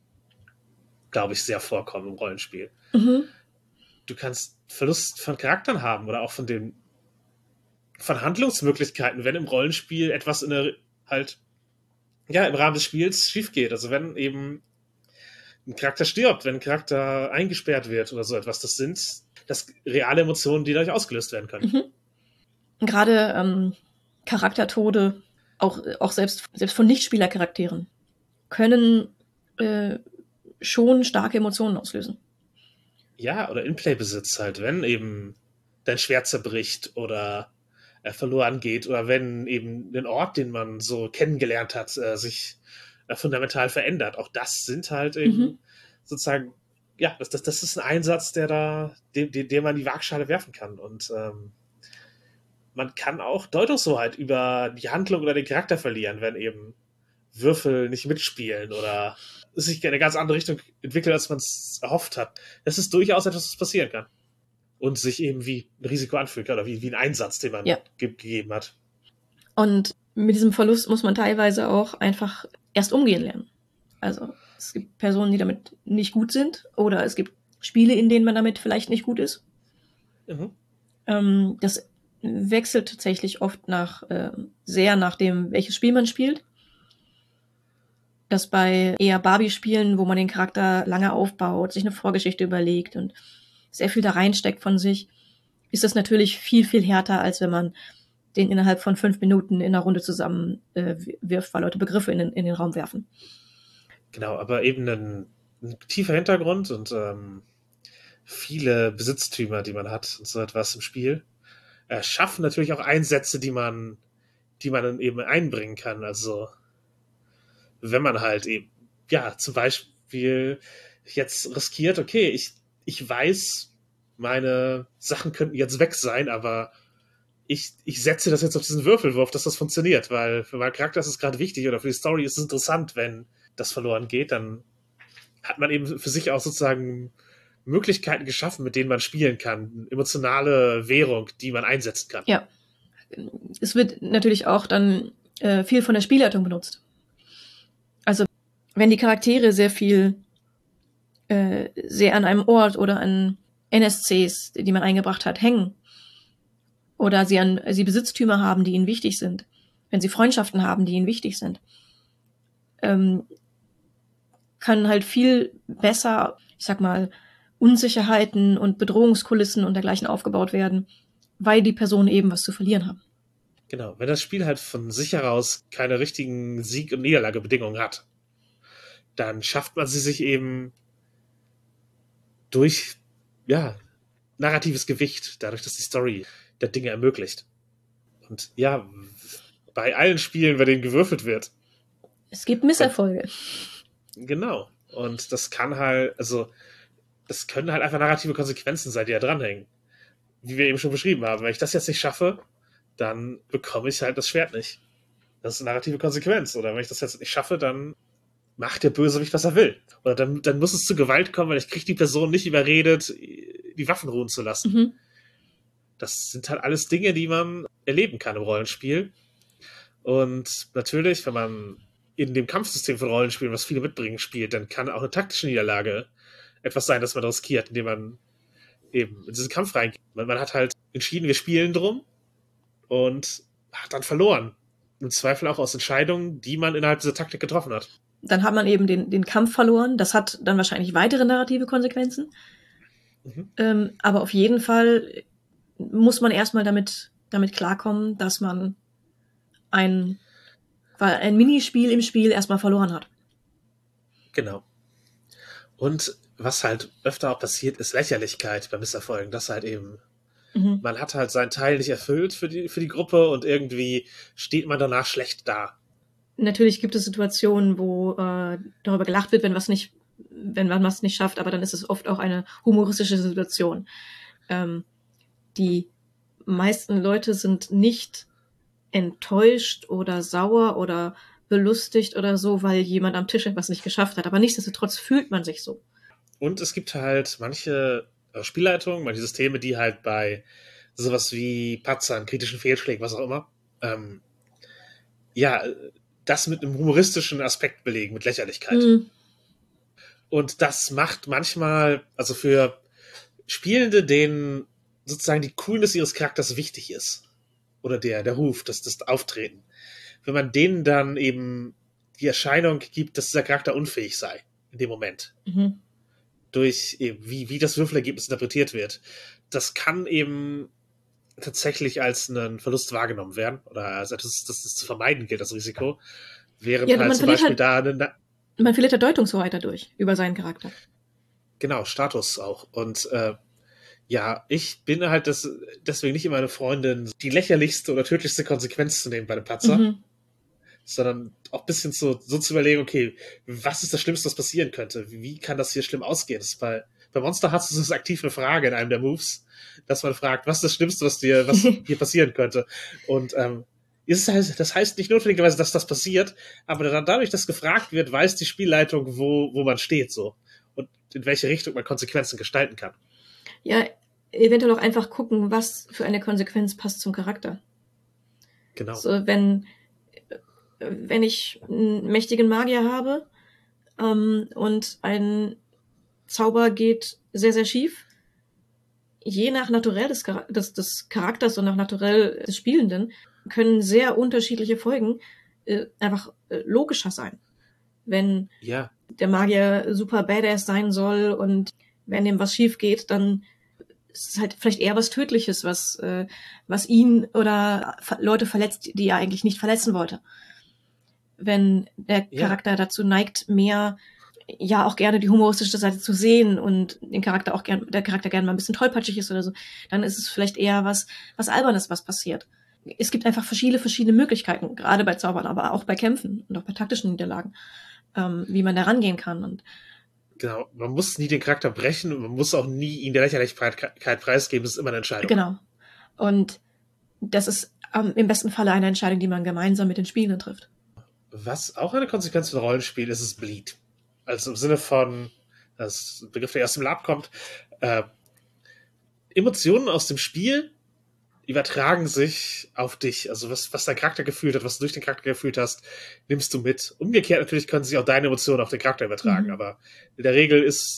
Speaker 3: glaube ich, sehr vorkommen im Rollenspiel.
Speaker 2: Mhm.
Speaker 3: Du kannst Verlust von Charakteren haben oder auch von den von Handlungsmöglichkeiten, wenn im Rollenspiel etwas in der halt ja im Rahmen des Spiels schief geht. Also wenn eben ein Charakter stirbt, wenn ein Charakter eingesperrt wird oder so etwas, das sind das reale Emotionen, die dadurch ausgelöst werden können.
Speaker 2: Mhm. Gerade ähm, Charaktertode, auch, auch selbst, selbst von Nichtspielercharakteren, können äh, schon starke Emotionen auslösen.
Speaker 3: Ja, oder In-Play-Besitz halt, wenn eben dein Schwert zerbricht oder äh, verloren geht oder wenn eben ein Ort, den man so kennengelernt hat, äh, sich äh, fundamental verändert. Auch das sind halt eben
Speaker 2: Mhm.
Speaker 3: sozusagen, ja, das, das, das ist ein Einsatz, der da, den, den, den man in die Waagschale werfen kann. Und ähm, man kann auch Deutungshoheit über die Handlung oder den Charakter verlieren, wenn eben Würfel nicht mitspielen oder es sich in eine ganz andere Richtung entwickelt, als man es erhofft hat. Das ist durchaus etwas, was passieren kann. Und sich eben wie ein Risiko anfühlen kann oder wie, wie ein Einsatz, den man
Speaker 2: Ja.
Speaker 3: ge gegeben hat.
Speaker 2: Und mit diesem Verlust muss man teilweise auch einfach erst umgehen lernen. Also es gibt Personen, die damit nicht gut sind, oder es gibt Spiele, in denen man damit vielleicht nicht gut ist.
Speaker 3: Mhm.
Speaker 2: Ähm, das wechselt tatsächlich oft nach äh, sehr nach dem, welches Spiel man spielt. Dass bei eher Barbie-Spielen, wo man den Charakter lange aufbaut, sich eine Vorgeschichte überlegt und sehr viel da reinsteckt von sich, ist das natürlich viel, viel härter, als wenn man den innerhalb von fünf Minuten in einer Runde zusammen äh, wirft, weil Leute Begriffe in den, in den Raum werfen.
Speaker 3: Genau, aber eben ein, ein tiefer Hintergrund und ähm, viele Besitztümer, die man hat und so etwas im Spiel, äh, schaffen natürlich auch Einsätze, die man, die man dann eben einbringen kann. Also wenn man halt eben, ja, zum Beispiel jetzt riskiert, okay, ich, ich weiß, meine Sachen könnten jetzt weg sein, aber ich, ich setze das jetzt auf diesen Würfelwurf, dass das funktioniert, weil für meinen Charakter ist es gerade wichtig oder für die Story ist es interessant, wenn das verloren geht, dann hat man eben für sich auch sozusagen Möglichkeiten geschaffen, mit denen man spielen kann. Emotionale Währung, die man einsetzen kann.
Speaker 2: Ja. Es wird natürlich auch dann äh, viel von der Spielleitung benutzt. Also wenn die Charaktere sehr viel äh, sehr an einem Ort oder an N S Cs, die man eingebracht hat, hängen. Oder sie, an, sie Besitztümer haben, die ihnen wichtig sind. Wenn sie Freundschaften haben, die ihnen wichtig sind. Ähm, kann halt viel besser, ich sag mal, Unsicherheiten und Bedrohungskulissen und dergleichen aufgebaut werden, weil die Personen eben was zu verlieren haben.
Speaker 3: Genau, wenn das Spiel halt von sich heraus keine richtigen Sieg- und Niederlagebedingungen hat, dann schafft man sie sich eben durch, ja, narratives Gewicht, dadurch, dass die Story der Dinge ermöglicht. Und ja, bei allen Spielen, bei denen gewürfelt wird.
Speaker 2: Es gibt Misserfolge.
Speaker 3: Und, genau. Und das kann halt, also, das können halt einfach narrative Konsequenzen sein, die da dranhängen. Wie wir eben schon beschrieben haben. Wenn ich das jetzt nicht schaffe, dann bekomme ich halt das Schwert nicht. Das ist eine narrative Konsequenz. Oder wenn ich das jetzt nicht schaffe, dann macht der Bösewicht, was er will. Oder dann, dann muss es zu Gewalt kommen, weil ich kriege die Person nicht überredet, die Waffen ruhen zu lassen.
Speaker 2: Mhm.
Speaker 3: Das sind halt alles Dinge, die man erleben kann im Rollenspiel. Und natürlich, wenn man in dem Kampfsystem von Rollenspielen, was viele mitbringen, spielt, dann kann auch eine taktische Niederlage etwas sein, das man riskiert, indem man eben in diesen Kampf reingeht. Man, man hat halt entschieden, wir spielen drum und hat dann verloren. Im Zweifel auch aus Entscheidungen, die man innerhalb dieser Taktik getroffen hat.
Speaker 2: Dann hat man eben den, den Kampf verloren. Das hat dann wahrscheinlich weitere narrative Konsequenzen. Mhm. Ähm, aber auf jeden Fall muss man erstmal damit, damit klarkommen, dass man ein, ein Minispiel im Spiel erstmal verloren hat.
Speaker 3: Genau. Und was halt öfter auch passiert, ist Lächerlichkeit bei Misserfolgen. Das halt eben, mhm. man hat halt seinen Teil nicht erfüllt für die, für die Gruppe und irgendwie steht man danach schlecht da.
Speaker 2: Natürlich gibt es Situationen, wo äh, darüber gelacht wird, wenn was nicht, wenn man was nicht schafft, aber dann ist es oft auch eine humoristische Situation. Ähm, die meisten Leute sind nicht enttäuscht oder sauer oder belustigt oder so, weil jemand am Tisch etwas nicht geschafft hat. Aber nichtsdestotrotz fühlt man sich so.
Speaker 3: Und es gibt halt manche Spielleitungen, manche Systeme, die halt bei sowas wie Patzern, kritischen Fehlschlägen, was auch immer, ähm, ja, das mit einem humoristischen Aspekt belegen, mit Lächerlichkeit. Mhm. Und das macht manchmal, also für Spielende, denen sozusagen die Coolness ihres Charakters wichtig ist, oder der, der Ruf, das, das Auftreten, wenn man denen dann eben die Erscheinung gibt, dass dieser Charakter unfähig sei, in dem Moment. Mhm. Durch eben, wie, wie das Würfelergebnis interpretiert wird. Das kann eben tatsächlich als einen Verlust wahrgenommen werden, oder als etwas, das es zu vermeiden gilt, das Risiko. Während
Speaker 2: ja,
Speaker 3: halt zum Beispiel
Speaker 2: halt,
Speaker 3: da eine,
Speaker 2: man verliert der Deutungshoheit dadurch, über seinen Charakter.
Speaker 3: Genau, Status auch. Und äh, ja, ich bin halt das, deswegen nicht immer eine Freundin, die lächerlichste oder tödlichste Konsequenz zu nehmen bei einem Patzer, mhm. sondern auch ein bisschen so, so zu überlegen, okay, was ist das Schlimmste, was passieren könnte? Wie kann das hier schlimm ausgehen? Das ist bei, bei Monster Hearts ist es aktiv eine Frage in einem der Moves, dass man fragt, was ist das Schlimmste, was dir, was hier passieren könnte? Und ähm, ist es, das heißt nicht notwendigerweise, dass das passiert, aber dann dadurch, dass gefragt wird, weiß die Spielleitung, wo, wo man steht so und in welche Richtung man Konsequenzen gestalten kann.
Speaker 2: Ja, eventuell auch einfach gucken, was für eine Konsequenz passt zum Charakter.
Speaker 3: Genau.
Speaker 2: So, wenn, wenn ich einen mächtigen Magier habe ähm, und ein Zauber geht sehr, sehr schief, je nach Naturell des, des, des Charakters und nach Naturell des Spielenden können sehr unterschiedliche Folgen äh, einfach äh, logischer sein. Wenn
Speaker 3: ja.
Speaker 2: der Magier super badass sein soll und wenn dem was schief geht, dann ist es halt vielleicht eher was Tödliches, was, äh, was ihn oder Leute verletzt, die er eigentlich nicht verletzen wollte. Wenn der
Speaker 3: ja.
Speaker 2: Charakter dazu neigt, mehr, ja, auch gerne die humoristische Seite zu sehen und den Charakter auch gern, der Charakter gerne mal ein bisschen tollpatschig ist oder so, dann ist es vielleicht eher was, was Albernes, was passiert. Es gibt einfach verschiedene, verschiedene Möglichkeiten, gerade bei Zaubern, aber auch bei Kämpfen und auch bei taktischen Niederlagen, ähm, wie man da rangehen kann. Und
Speaker 3: genau, man muss nie den Charakter brechen und man muss auch nie ihn der Lächerlichkeit preisgeben, das ist immer eine Entscheidung.
Speaker 2: Genau. Und das ist ähm, im besten Falle eine Entscheidung, die man gemeinsam mit den Spielenden trifft.
Speaker 3: Was auch eine Konsequenz von Rollenspiel ist, ist Bleed. Also im Sinne von, das Begriff, der erst im Lab kommt, äh, Emotionen aus dem Spiel übertragen sich auf dich. Also was, was dein Charakter gefühlt hat, was du durch den Charakter gefühlt hast, nimmst du mit. Umgekehrt natürlich können sich auch deine Emotionen auf den Charakter übertragen, mhm. aber in der Regel ist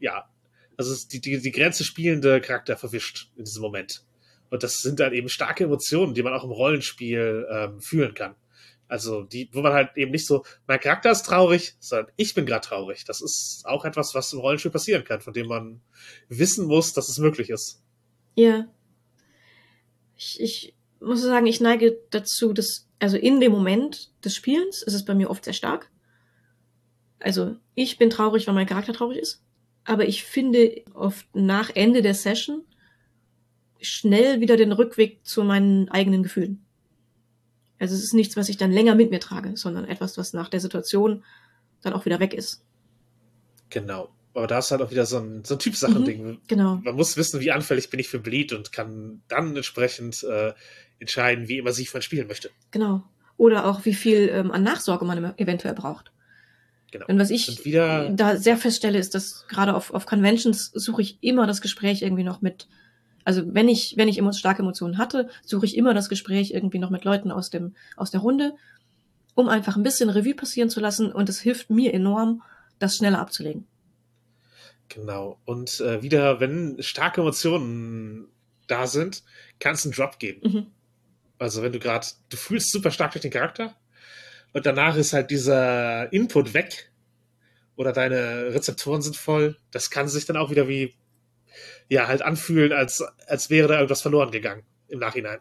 Speaker 3: ja, also es ist die, die, die Grenze spielende Charakter verwischt in diesem Moment. Und das sind dann eben starke Emotionen, die man auch im Rollenspiel ähm, fühlen kann. Also die, wo man halt eben nicht so, mein Charakter ist traurig, sondern ich bin gerade traurig. Das ist auch etwas, was im Rollenspiel passieren kann, von dem man wissen muss, dass es möglich ist.
Speaker 2: Ja. Ich, ich muss sagen, ich neige dazu, dass, also in dem Moment des Spielens ist es bei mir oft sehr stark. Also ich bin traurig, weil mein Charakter traurig ist. Aber ich finde oft nach Ende der Session schnell wieder den Rückweg zu meinen eigenen Gefühlen. Also es ist nichts, was ich dann länger mit mir trage, sondern etwas, was nach der Situation dann auch wieder weg ist.
Speaker 3: Genau. Aber da ist halt auch wieder so ein, so ein Typsachen-Ding.
Speaker 2: Mhm, genau.
Speaker 3: Man muss wissen, wie anfällig bin ich für Bleed und kann dann entsprechend äh, entscheiden, wie immersiv man spielen möchte.
Speaker 2: Genau. Oder auch, wie viel ähm, an Nachsorge man eventuell braucht.
Speaker 3: Genau.
Speaker 2: Denn was ich
Speaker 3: Und wieder,
Speaker 2: da sehr feststelle, ist, dass gerade auf, auf Conventions suche ich immer das Gespräch irgendwie noch mit, also wenn ich, wenn ich emo- starke Emotionen hatte, suche ich immer das Gespräch irgendwie noch mit Leuten aus dem, aus der Runde, um einfach ein bisschen Revue passieren zu lassen, und es hilft mir enorm, das schneller abzulegen.
Speaker 3: Genau. Und äh, wieder, wenn starke Emotionen da sind, kann es einen Drop geben.
Speaker 2: Mhm.
Speaker 3: Also wenn du gerade, du fühlst super stark durch den Charakter und danach ist halt dieser Input weg oder deine Rezeptoren sind voll, das kann sich dann auch wieder wie, ja, halt anfühlen, als, als wäre da irgendwas verloren gegangen im Nachhinein.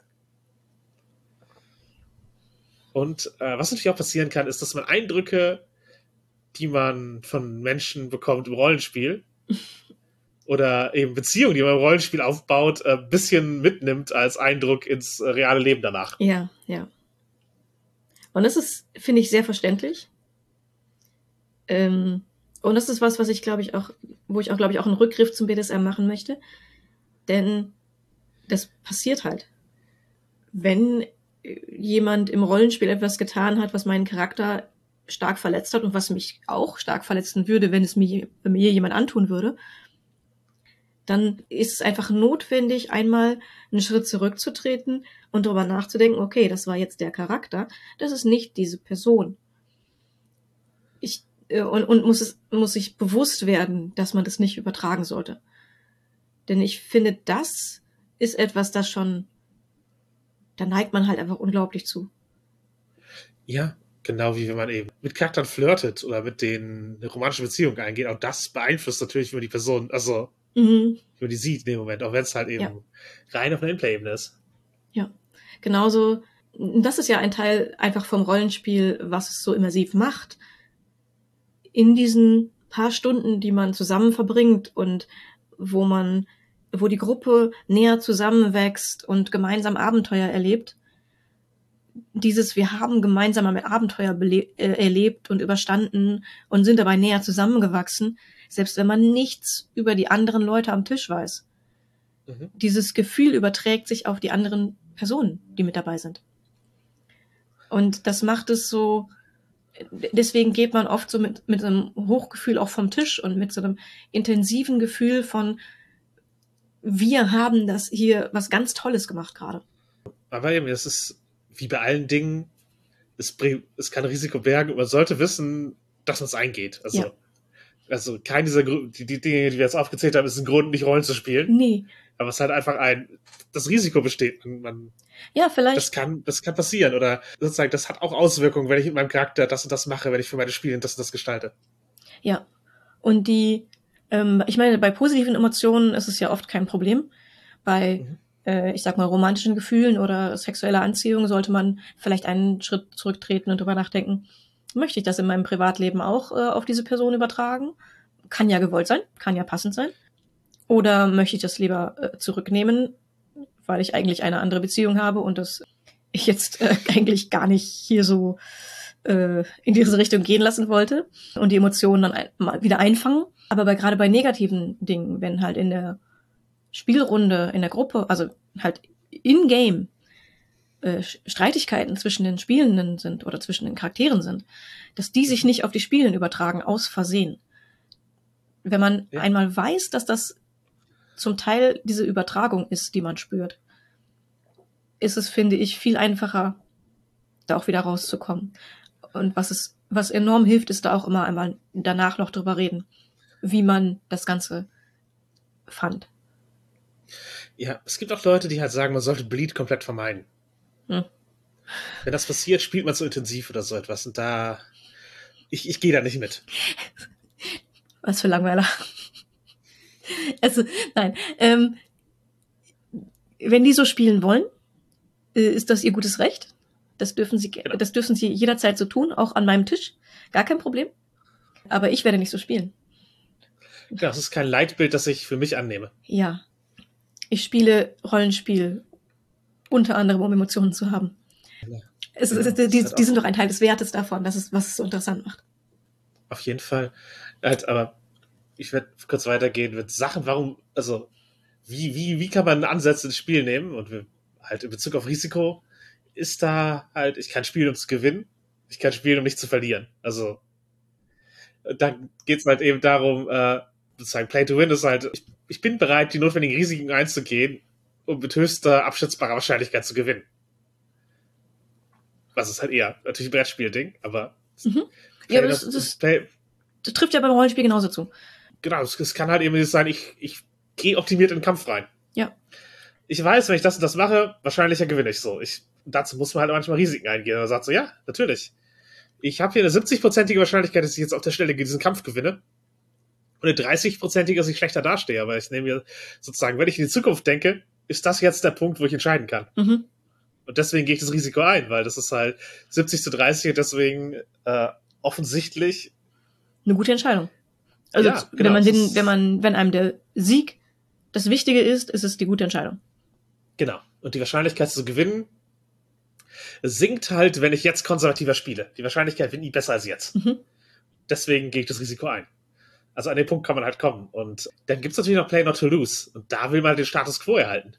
Speaker 3: Und äh, was natürlich auch passieren kann, ist, dass man Eindrücke, die man von Menschen bekommt im Rollenspiel oder eben Beziehungen, die man im Rollenspiel aufbaut, ein bisschen mitnimmt als Eindruck ins äh, reale Leben danach.
Speaker 2: Ja, ja. Und das ist, finde ich, sehr verständlich. Ähm, und das ist was, was ich, glaube ich, auch, wo ich auch, glaube ich, auch einen Rückgriff zum B D S M machen möchte. Denn das passiert halt. Wenn jemand im Rollenspiel etwas getan hat, was meinen Charakter stark verletzt hat und was mich auch stark verletzen würde, wenn es mir, wenn mir jemand antun würde, dann ist es einfach notwendig, einmal einen Schritt zurückzutreten und darüber nachzudenken, okay, das war jetzt der Charakter, das ist nicht diese Person. Ich, äh, und, und muss es, muss sich bewusst werden, dass man das nicht übertragen sollte. Denn ich finde, das ist etwas, das schon, da neigt man halt einfach unglaublich zu.
Speaker 3: Ja, genau wie wenn man eben mit Charakteren flirtet oder mit denen eine romantische Beziehung eingeht. Auch das beeinflusst natürlich, wie man die Person, also
Speaker 2: Mhm.
Speaker 3: wie man die sieht in dem Moment, auch wenn es halt eben
Speaker 2: Ja.
Speaker 3: rein auf einer Inplay-Ebene ist.
Speaker 2: Ja, genauso, das ist ja ein Teil einfach vom Rollenspiel, was es so immersiv macht. In diesen paar Stunden, die man zusammen verbringt und wo man, wo die Gruppe näher zusammenwächst und gemeinsam Abenteuer erlebt, dieses, wir haben gemeinsam ein Abenteuer bele- äh, erlebt und überstanden und sind dabei näher zusammengewachsen, selbst wenn man nichts über die anderen Leute am Tisch weiß.
Speaker 3: Mhm.
Speaker 2: Dieses Gefühl überträgt sich auf die anderen Personen, die mit dabei sind. Und das macht es so, deswegen geht man oft so mit, mit einem Hochgefühl auch vom Tisch und mit so einem intensiven Gefühl von, wir haben das hier was ganz Tolles gemacht gerade.
Speaker 3: Aber eben, es ist wie bei allen Dingen, es, bringt, es kann Risiko bergen und man sollte wissen, dass man es eingeht. Also,
Speaker 2: Ja.
Speaker 3: also kein dieser Gru- die, die Dinge, die wir jetzt aufgezählt haben, ist ein Grund, nicht Rollen zu spielen.
Speaker 2: Nee.
Speaker 3: Aber es ist halt einfach ein, das Risiko besteht. Man, man,
Speaker 2: Ja, vielleicht.
Speaker 3: das kann, das kann passieren. Oder sozusagen, das hat auch Auswirkungen, wenn ich mit meinem Charakter das und das mache, wenn ich für meine Spiele das und das gestalte.
Speaker 2: Ja. Und die, ähm, ich meine, bei positiven Emotionen ist es ja oft kein Problem. Bei,
Speaker 3: Mhm.
Speaker 2: äh, ich sag mal, romantischen Gefühlen oder sexueller Anziehung sollte man vielleicht einen Schritt zurücktreten und drüber nachdenken, möchte ich das in meinem Privatleben auch äh, auf diese Person übertragen? Kann ja gewollt sein, kann ja passend sein. Oder möchte ich das lieber äh, zurücknehmen, weil ich eigentlich eine andere Beziehung habe und das ich jetzt äh, eigentlich gar nicht hier so äh, in diese Richtung gehen lassen wollte und die Emotionen dann ein, mal wieder einfangen. Aber bei, gerade bei negativen Dingen, wenn halt in der Spielrunde, in der Gruppe, also halt in-game äh, Streitigkeiten zwischen den Spielenden sind oder zwischen den Charakteren sind, dass die sich nicht auf die Spielen übertragen, aus Versehen. Wenn man
Speaker 3: Ja.
Speaker 2: einmal weiß, dass das zum Teil diese Übertragung ist, die man spürt, ist es, finde ich, viel einfacher, da auch wieder rauszukommen. Und was es, was enorm hilft, ist da auch immer einmal danach noch drüber reden. wie man das Ganze fand.
Speaker 3: Ja, es gibt auch Leute, die halt sagen, man sollte Bleed komplett vermeiden.
Speaker 2: Hm.
Speaker 3: Wenn das passiert, spielt man so intensiv oder so etwas. Und da, ich, ich gehe da nicht mit.
Speaker 2: Was für Langweiler. Also, nein. Ähm, wenn die so spielen wollen, äh, ist das ihr gutes Recht. Das dürfen sie,
Speaker 3: Genau.
Speaker 2: das dürfen sie jederzeit so tun, auch an meinem Tisch. Gar kein Problem. Aber ich werde nicht so spielen.
Speaker 3: Genau, das ist kein Leitbild, das ich für mich annehme.
Speaker 2: Ja. Ich spiele Rollenspiel unter anderem, um Emotionen zu haben.
Speaker 3: Ja.
Speaker 2: Es,
Speaker 3: Ja,
Speaker 2: es,
Speaker 3: das
Speaker 2: die,
Speaker 3: ist halt
Speaker 2: die
Speaker 3: auch-
Speaker 2: sind doch ein Teil des Wertes davon, das ist, was es so interessant macht.
Speaker 3: Auf jeden Fall. Halt, aber ich werde kurz weitergehen mit Sachen, warum, also, wie, wie, wie kann man Ansätze ins Spiel nehmen? Und wir, halt in Bezug auf Risiko ist da halt, ich kann spielen, um zu gewinnen. Ich kann spielen, um nicht zu verlieren. Also, dann geht's halt eben darum, äh, sozusagen Play to Win ist halt, ich, ich bin bereit, die notwendigen Risiken einzugehen, um mit höchster abschätzbarer Wahrscheinlichkeit zu gewinnen. Was ist halt eher natürlich ein Brettspiel-Ding, aber
Speaker 2: Mhm.
Speaker 3: Play
Speaker 2: Ja, aber
Speaker 3: das,
Speaker 2: das, das,
Speaker 3: Play,
Speaker 2: das trifft ja beim Rollenspiel genauso zu.
Speaker 3: genau, es, es kann halt eben dieses sein, ich, ich gehe optimiert in den Kampf rein.
Speaker 2: Ja.
Speaker 3: Ich weiß, wenn ich das und das mache, wahrscheinlicher gewinne ich so. Ich, dazu muss man halt manchmal Risiken eingehen. Man sagt so, ja, natürlich. Ich habe hier eine siebzig-prozentige Wahrscheinlichkeit, dass ich jetzt auf der Stelle diesen Kampf gewinne. Und eine dreißig-prozentige, dass ich schlechter dastehe. Aber ich nehme mir sozusagen, wenn ich in die Zukunft denke, ist das jetzt der Punkt, wo ich entscheiden kann.
Speaker 2: Mhm.
Speaker 3: Und deswegen gehe ich das Risiko ein, weil das ist halt siebzig zu dreißig und deswegen äh, offensichtlich.
Speaker 2: Eine gute Entscheidung. Also
Speaker 3: Ja,
Speaker 2: wenn
Speaker 3: genau,
Speaker 2: man
Speaker 3: es
Speaker 2: den,
Speaker 3: ist-
Speaker 2: wenn man, wenn einem der Sieg das Wichtige ist, ist es die gute Entscheidung.
Speaker 3: Genau. Und die Wahrscheinlichkeit zu gewinnen sinkt halt, wenn ich jetzt konservativer spiele. Die Wahrscheinlichkeit wird nie besser als jetzt.
Speaker 2: Mhm.
Speaker 3: Deswegen gehe ich das Risiko ein. Also an den Punkt kann man halt kommen. Und dann gibt's natürlich noch Play Not to Lose. Und da will man halt den Status Quo erhalten.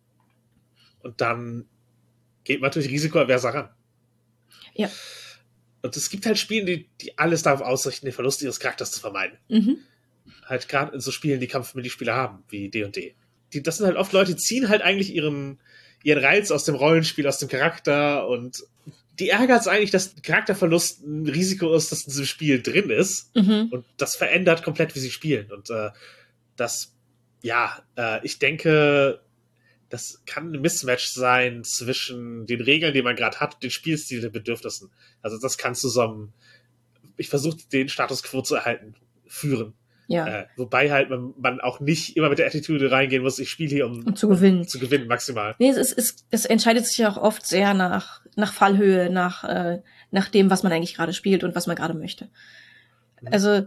Speaker 3: Und dann geht man natürlich risikoaverser ran.
Speaker 2: Ja.
Speaker 3: Und es gibt halt Spiele, die, die alles darauf ausrichten, den Verlust ihres Charakters zu vermeiden.
Speaker 2: Mhm.
Speaker 3: Halt gerade in so Spielen, die Kampf-Minispiele haben, wie D und D. Die, das sind halt oft Leute, die ziehen halt eigentlich ihren, ihren Reiz aus dem Rollenspiel, aus dem Charakter und die ärgert es eigentlich, dass Charakterverlust ein Risiko ist, das in diesem Spiel drin ist.
Speaker 2: Mhm.
Speaker 3: Und das verändert komplett, wie sie spielen. Und äh, das, ja, äh, ich denke, das kann ein Mismatch sein zwischen den Regeln, die man gerade hat, und den Spielstil, den Bedürfnissen. Also das kann zu so einem, ich versuche den Status quo zu erhalten, führen.
Speaker 2: Ja.
Speaker 3: Äh, wobei halt man, man auch nicht immer mit der Attitude reingehen muss, ich spiele hier, um,
Speaker 2: Um zu gewinnen.
Speaker 3: um zu gewinnen, maximal.
Speaker 2: Nee, es, ist, es, es entscheidet sich ja auch oft sehr nach, nach Fallhöhe, nach, äh, nach dem, was man eigentlich gerade spielt und was man gerade möchte.
Speaker 3: Mhm.
Speaker 2: Also,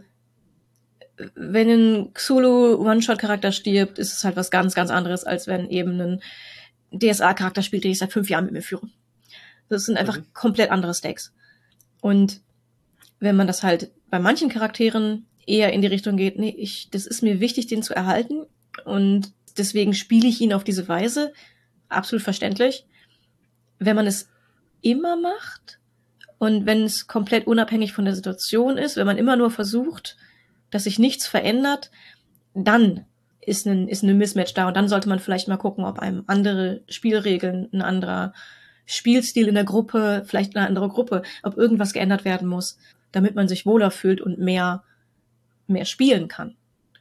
Speaker 2: wenn ein Xulu-One-Shot-Charakter stirbt, ist es halt was ganz, ganz anderes, als wenn eben ein D S A-Charakter spielt, den ich seit fünf Jahren mit mir führe. Das sind einfach
Speaker 3: Mhm.
Speaker 2: komplett andere Stakes. Und wenn man das halt bei manchen Charakteren eher in die Richtung geht, nee, ich, das ist mir wichtig, den zu erhalten und deswegen spiele ich ihn auf diese Weise, absolut verständlich. Wenn man es immer macht und wenn es komplett unabhängig von der Situation ist, wenn man immer nur versucht, dass sich nichts verändert, dann ist ein, ist ein Mismatch da und dann sollte man vielleicht mal gucken, ob einem andere Spielregeln, ein anderer Spielstil in der Gruppe, vielleicht eine andere Gruppe, ob irgendwas geändert werden muss, damit man sich wohler fühlt und mehr, mehr spielen kann.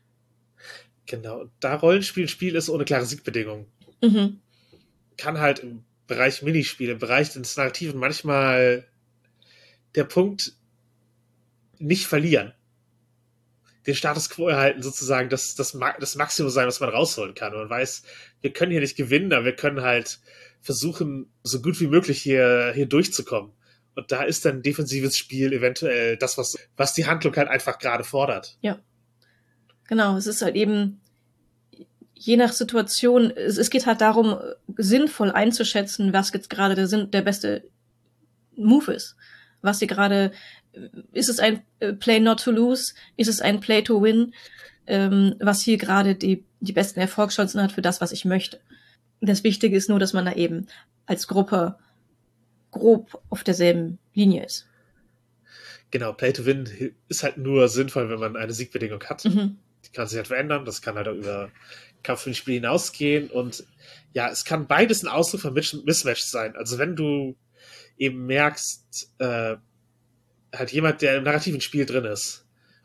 Speaker 3: Genau. Und da Rollenspiel ein Spiel ist ohne klare Siegbedingungen,
Speaker 2: Mhm.
Speaker 3: kann halt im Bereich Minispiele, im Bereich des Narrativen manchmal der Punkt nicht verlieren. Den Status quo erhalten, sozusagen das, das, Ma- das Maximum sein, was man rausholen kann. Und man weiß, wir können hier nicht gewinnen, aber wir können halt versuchen, so gut wie möglich hier, hier durchzukommen. Und da ist dann defensives Spiel eventuell das, was, was die Handlung halt einfach gerade fordert.
Speaker 2: Genau, es ist halt eben je nach Situation, es, es geht halt darum, sinnvoll einzuschätzen, was jetzt gerade der, Sinn, der beste Move ist. Was sie gerade, ist es ein äh, Play not to lose, ist es ein Play to win, ähm, was hier gerade die, die besten Erfolgschancen hat für das, was ich möchte. Das Wichtige ist nur, dass man da eben als Gruppe grob auf derselben Linie ist.
Speaker 3: Genau, Play to Win ist halt nur sinnvoll, wenn man eine Siegbedingung hat.
Speaker 2: Mhm.
Speaker 3: Die kann sich halt verändern, das kann halt auch über Kampfspiel hinausgehen und ja, es kann beides ein Ausdruck von Mismatch sein. Also wenn du eben merkst, äh, halt jemand, der im narrativen Spiel drin ist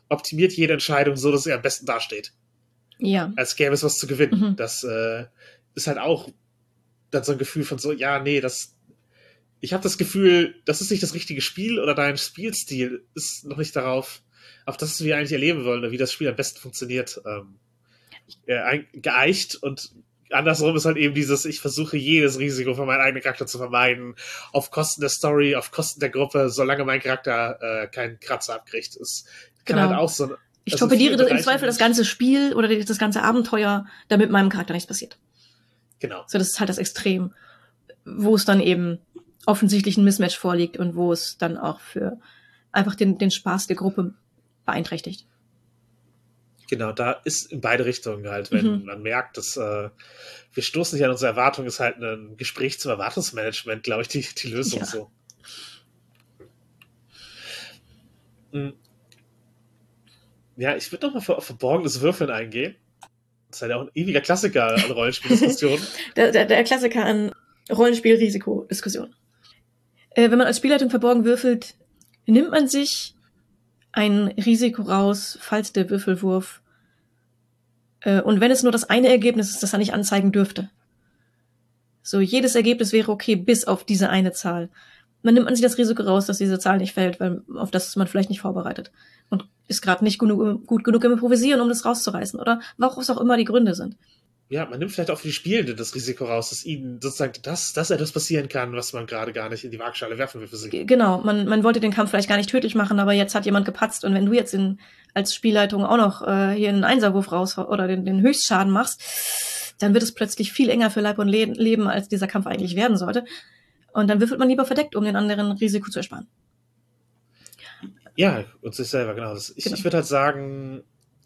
Speaker 3: optimiert jede Entscheidung so, dass er am besten dasteht.
Speaker 2: Ja.
Speaker 3: Als gäbe es was zu gewinnen.
Speaker 2: Mhm.
Speaker 3: Das äh, ist halt auch dann so ein Gefühl von so, ja, nee, das ich habe das Gefühl, das ist nicht das richtige Spiel oder dein Spielstil ist noch nicht darauf, auf das wir eigentlich erleben wollen oder wie das Spiel am besten funktioniert, ähm, äh, geeicht und andersrum ist halt eben dieses, ich versuche jedes Risiko von meinem eigenen Charakter zu vermeiden, auf Kosten der Story, auf Kosten der Gruppe, solange mein Charakter äh, keinen Kratzer abkriegt. Es kann
Speaker 2: Genau.
Speaker 3: halt auch so.
Speaker 2: Ich
Speaker 3: also
Speaker 2: torpediere
Speaker 3: viele
Speaker 2: im
Speaker 3: Bereiche
Speaker 2: Zweifel das
Speaker 3: nicht-
Speaker 2: ganze Spiel oder das ganze Abenteuer, damit meinem Charakter nichts passiert.
Speaker 3: Genau.
Speaker 2: So, das ist halt das Extrem, wo es dann eben offensichtlich ein Mismatch vorliegt und wo es dann auch für einfach den, den Spaß der Gruppe beeinträchtigt.
Speaker 3: Genau, da ist in beide Richtungen halt, wenn
Speaker 2: Mhm.
Speaker 3: man merkt, dass äh, wir stoßen nicht an unsere Erwartungen, ist halt ein Gespräch zum Erwartungsmanagement, glaube ich, die, die Lösung
Speaker 2: Ja.
Speaker 3: so. Hm. Ja, ich würde noch mal auf verborgenes Würfeln eingehen. Das ist halt auch ein ewiger Klassiker an Rollenspieldiskussionen.
Speaker 2: Der, der, der Klassiker an Rollenspiel-Risiko-Diskussion. Äh, wenn man als Spielleitung verborgen würfelt, nimmt man sich ein Risiko raus, falls der Würfelwurf äh, und wenn es nur das eine Ergebnis ist, das er nicht anzeigen dürfte. So, jedes Ergebnis wäre okay, bis auf diese eine Zahl. Dann nimmt man sich das Risiko raus, dass diese Zahl nicht fällt, weil auf das ist man vielleicht nicht vorbereitet. Und ist gerade nicht genug, gut genug im Improvisieren, um das rauszureißen. Oder warum es auch immer die Gründe sind.
Speaker 3: Ja, man nimmt vielleicht auch für die Spielenden das Risiko raus, dass ihnen sozusagen das, dass etwas passieren kann, was man gerade gar nicht in die Waagschale werfen will für sie.
Speaker 2: G- Genau, man, man wollte den Kampf vielleicht gar nicht tödlich machen, aber jetzt hat jemand gepatzt. Und wenn du jetzt in, als Spielleitung auch noch äh, hier einen Einserwurf raus oder den, den Höchstschaden machst, dann wird es plötzlich viel enger für Leib und Le Leben, als dieser Kampf eigentlich werden sollte. Und dann würfelt man lieber verdeckt, um den anderen Risiko zu ersparen.
Speaker 3: Ja, und sich selber, genau. Das, ich
Speaker 2: Genau.
Speaker 3: ich würde halt sagen,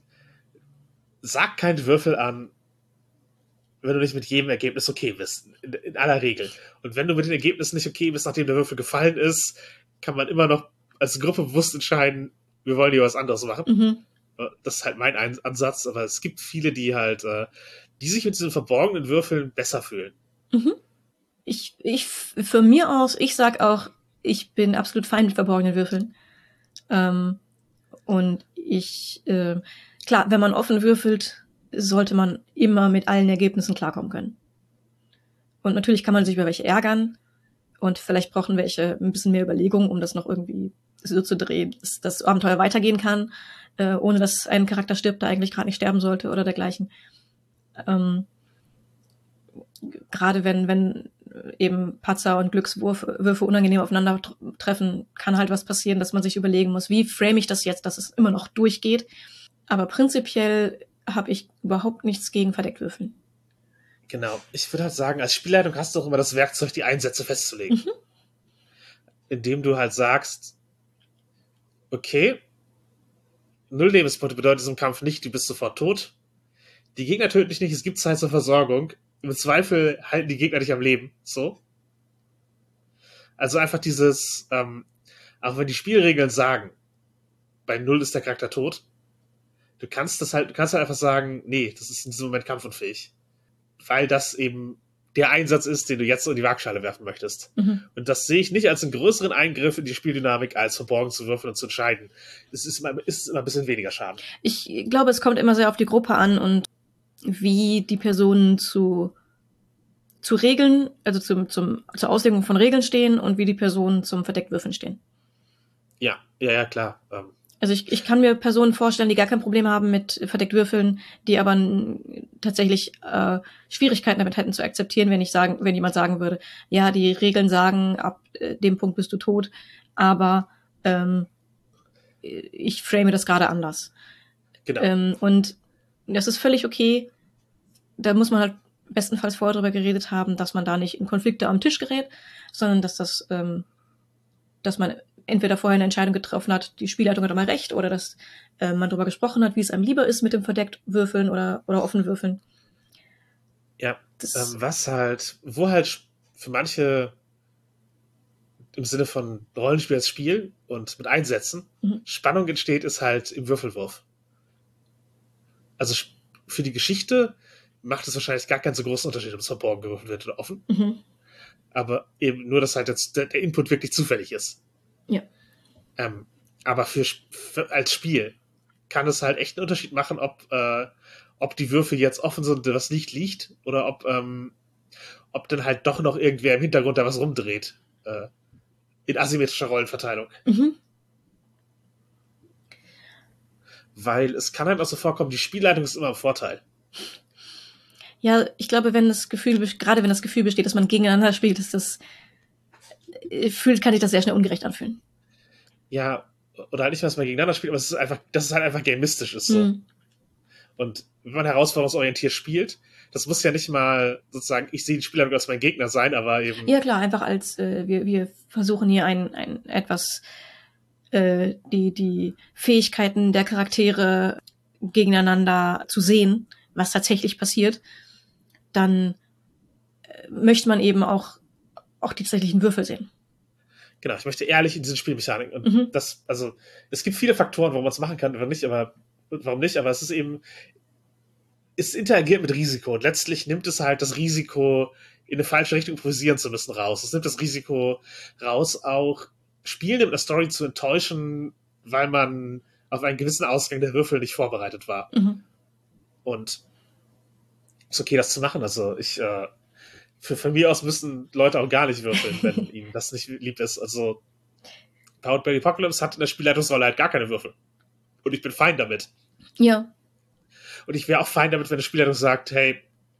Speaker 3: sag keinen Würfel an, wenn du nicht mit jedem Ergebnis okay bist. In, in aller Regel. Und wenn du mit den Ergebnissen nicht okay bist, nachdem der Würfel gefallen ist, kann man immer noch als Gruppe bewusst entscheiden, wir wollen hier was anderes machen.
Speaker 2: Mhm.
Speaker 3: Das ist halt mein Ein- Ansatz, aber es gibt viele, die halt, äh, die sich mit diesen verborgenen Würfeln besser fühlen.
Speaker 2: Mhm. Ich, ich, von mir aus, ich sag auch, ich bin absolut fein mit verborgenen Würfeln. Ähm, und ich, äh, klar, wenn man offen würfelt, sollte man immer mit allen Ergebnissen klarkommen können. Und natürlich kann man sich über welche ärgern und vielleicht brauchen welche ein bisschen mehr Überlegung, um das noch irgendwie so zu drehen, dass das Abenteuer weitergehen kann, äh, ohne dass ein Charakter stirbt, der eigentlich gerade nicht sterben sollte oder dergleichen. Ähm, gerade wenn, wenn eben Patzer und Glückswürfe Würfe unangenehm aufeinander tr- treffen, kann halt was passieren, dass man sich überlegen muss, wie frame ich das jetzt, dass es immer noch durchgeht. Aber prinzipiell habe ich überhaupt nichts gegen Verdecktwürfeln.
Speaker 3: Genau. Ich würde halt sagen, als Spielleitung hast du auch immer das Werkzeug, die Einsätze festzulegen.
Speaker 2: Mhm.
Speaker 3: Indem du halt sagst, okay, null Lebenspunkte bedeutet es im Kampf nicht, du bist sofort tot. Die Gegner töten dich nicht, es gibt Zeit zur Versorgung. Im Zweifel halten die Gegner dich am Leben. So. Also einfach dieses, ähm, auch wenn die Spielregeln sagen, bei null ist der Charakter tot, du kannst das halt, du kannst halt einfach sagen, nee, das ist in diesem Moment kampfunfähig. Weil das eben der Einsatz ist, den du jetzt in die Waagschale werfen möchtest.
Speaker 2: Mhm.
Speaker 3: Und das sehe ich nicht als einen größeren Eingriff in die Spieldynamik, als verborgen zu würfeln und zu entscheiden. Es ist immer, ist immer ein bisschen weniger Schaden.
Speaker 2: Ich glaube, es kommt immer sehr auf die Gruppe an und wie die Personen zu, zu Regeln, also zum, zum, zur Auslegung von Regeln stehen und wie die Personen zum Verdecktwürfeln stehen.
Speaker 3: Ja, ja, ja, klar. Ähm,
Speaker 2: Also ich, ich kann mir Personen vorstellen, die gar kein Problem haben mit Verdecktwürfeln, die aber n- tatsächlich äh, Schwierigkeiten damit hätten zu akzeptieren, wenn ich sagen, wenn jemand sagen würde, ja, die Regeln sagen, ab äh, dem Punkt bist du tot, aber ähm, ich frame das gerade anders.
Speaker 3: genau.
Speaker 2: Ähm, und das ist völlig okay. Da muss man halt bestenfalls vorher drüber geredet haben, dass man da nicht in Konflikte am Tisch gerät, sondern dass das, ähm, dass man entweder vorher eine Entscheidung getroffen hat, die Spielleitung hat einmal recht, oder dass äh, man darüber gesprochen hat, wie es einem lieber ist mit dem verdeckt Würfeln oder, oder offen Würfeln.
Speaker 3: Ja,
Speaker 2: Das,
Speaker 3: ähm, was halt, wo halt für manche im Sinne von Rollenspiel als Spiel und mit Einsätzen
Speaker 2: Mhm.
Speaker 3: Spannung entsteht, ist halt im Würfelwurf. Also sch- für die Geschichte macht es wahrscheinlich gar keinen so großen Unterschied, ob es verborgen gewürfelt wird oder offen.
Speaker 2: mhm.
Speaker 3: Aber eben nur, dass halt jetzt der, der Input wirklich zufällig ist.
Speaker 2: Ja.
Speaker 3: Ähm, aber für, Sp- für als Spiel kann es halt echt einen Unterschied machen, ob, äh, ob die Würfel jetzt offen sind und das Licht liegt oder ob, ähm, ob dann halt doch noch irgendwer im Hintergrund da was rumdreht. Äh, in asymmetrischer Rollenverteilung.
Speaker 2: Mhm.
Speaker 3: Weil es kann halt auch so vorkommen, die Spielleitung ist immer ein Vorteil.
Speaker 2: Ja, ich glaube, wenn das Gefühl, gerade wenn das Gefühl besteht, dass man gegeneinander spielt, ist das, fühlt, kann sich das sehr schnell ungerecht anfühlen.
Speaker 3: Ja, oder halt nicht, was man gegeneinander spielt, aber es ist einfach, dass es halt einfach gamistisch ist, so. Mhm. Und wenn man herausforderungsorientiert spielt, das muss ja nicht mal sozusagen, ich sehe den Spieler als mein Gegner sein, aber eben...
Speaker 2: Ja klar, einfach als, äh, wir, wir versuchen hier ein, ein etwas, äh, die, die Fähigkeiten der Charaktere gegeneinander zu sehen, was tatsächlich passiert, dann äh, möchte man eben auch, auch die tatsächlichen Würfel sehen.
Speaker 3: Genau, ich möchte ehrlich in diesen Spielmechaniken. Und
Speaker 2: Mhm.
Speaker 3: das, also, es gibt viele Faktoren, warum man es machen kann, warum nicht, aber warum nicht, aber es ist eben, es interagiert mit Risiko und letztlich nimmt es halt das Risiko, in eine falsche Richtung improvisieren zu müssen, raus. Es nimmt das Risiko raus, auch Spielende mit einer Story zu enttäuschen, weil man auf einen gewissen Ausgang der Würfel nicht vorbereitet war.
Speaker 2: Mhm. Und
Speaker 3: ist okay, das zu machen. Also ich, äh, für, von mir aus müssen Leute auch gar nicht würfeln, wenn ihnen das nicht lieb ist. Also Powered by Apocalypse hat in der Spielleitungsrolle halt gar keine Würfel. Und ich bin fein damit.
Speaker 2: Ja.
Speaker 3: Und ich wäre auch fein damit, wenn eine Spielleitung sagt, hey,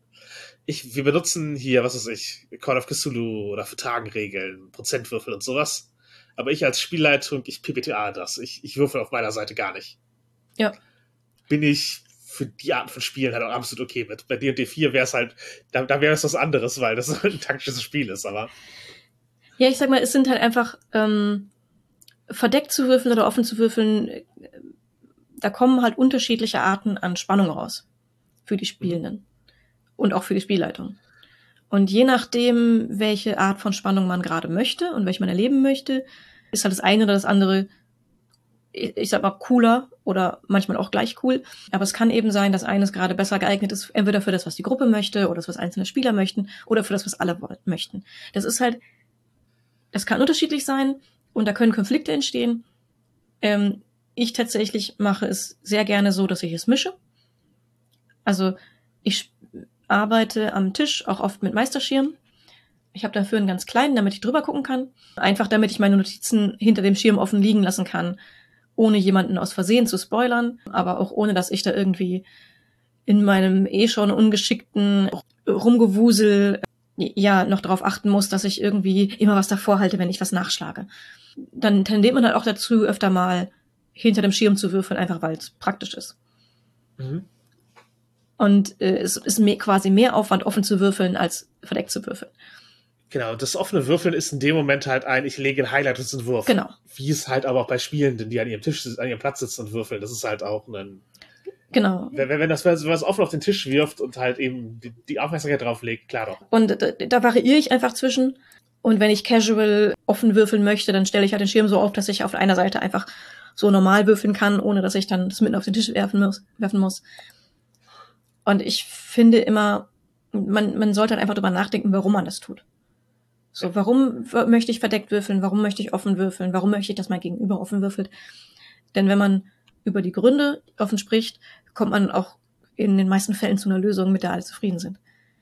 Speaker 3: ich, wir benutzen hier, was weiß ich, Call of Cthulhu oder Vertragenregeln, Prozentwürfel und sowas. Aber ich als Spielleitung, ich P B T A das. Ich, ich würfel auf meiner Seite gar nicht.
Speaker 2: Ja.
Speaker 3: Bin ich für die Art von Spielen halt auch absolut okay mit. Bei D und D vier wäre es halt, da, da wäre es was anderes, weil das halt ein taktisches Spiel ist, aber...
Speaker 2: Ja, ich sag mal, es sind halt einfach ähm, verdeckt zu würfeln oder offen zu würfeln, äh, da kommen halt unterschiedliche Arten an Spannung raus für die Spielenden. Mhm. Und auch für die Spielleitung. Und je nachdem, welche Art von Spannung man gerade möchte und welche man erleben möchte, ist halt das eine oder das andere, ich sag mal, cooler oder manchmal auch gleich cool. Aber es kann eben sein, dass eines gerade besser geeignet ist, entweder für das, was die Gruppe möchte oder das, was einzelne Spieler möchten oder für das, was alle möchten. Das ist halt, das kann unterschiedlich sein und da können Konflikte entstehen. Ähm, ich tatsächlich mache es sehr gerne so, dass ich es mische. Also ich arbeite am Tisch auch oft mit Meisterschirm. Ich habe dafür einen ganz kleinen, damit ich drüber gucken kann. Einfach damit ich meine Notizen hinter dem Schirm offen liegen lassen kann, ohne jemanden aus Versehen zu spoilern, aber auch ohne, dass ich da irgendwie in meinem eh schon ungeschickten Rumgewusel ja noch darauf achten muss, dass ich irgendwie immer was davor halte, wenn ich was nachschlage. Dann tendiert man halt auch dazu, öfter mal hinter dem Schirm zu würfeln, einfach weil es praktisch ist.
Speaker 3: Mhm.
Speaker 2: Und äh, es ist mehr, quasi mehr Aufwand, offen zu würfeln, als verdeckt zu würfeln.
Speaker 3: Genau, das offene Würfeln ist in dem Moment halt ein, ich lege einen Highlight-Entwurf.
Speaker 2: Genau.
Speaker 3: Wie es halt aber auch bei Spielenden, die an ihrem Tisch, an ihrem Platz sitzen und würfeln, das ist halt auch ein...
Speaker 2: Genau.
Speaker 3: Wenn, wenn das wenn das offen auf den Tisch wirft und halt eben die, die Aufmerksamkeit drauf legt, klar doch.
Speaker 2: Und da, da variiere ich einfach zwischen. Und wenn ich casual offen würfeln möchte, dann stelle ich halt den Schirm so auf, dass ich auf einer Seite einfach so normal würfeln kann, ohne dass ich dann das mitten auf den Tisch werfen muss. Werfen muss. Und ich finde immer, man, man sollte halt einfach drüber nachdenken, warum man das tut. So, warum w- möchte ich verdeckt würfeln? Warum möchte ich offen würfeln? Warum möchte ich, dass mein Gegenüber offen würfelt? Denn wenn man über die Gründe offen spricht, kommt man auch in den meisten Fällen zu einer Lösung, mit der alle zufrieden sind.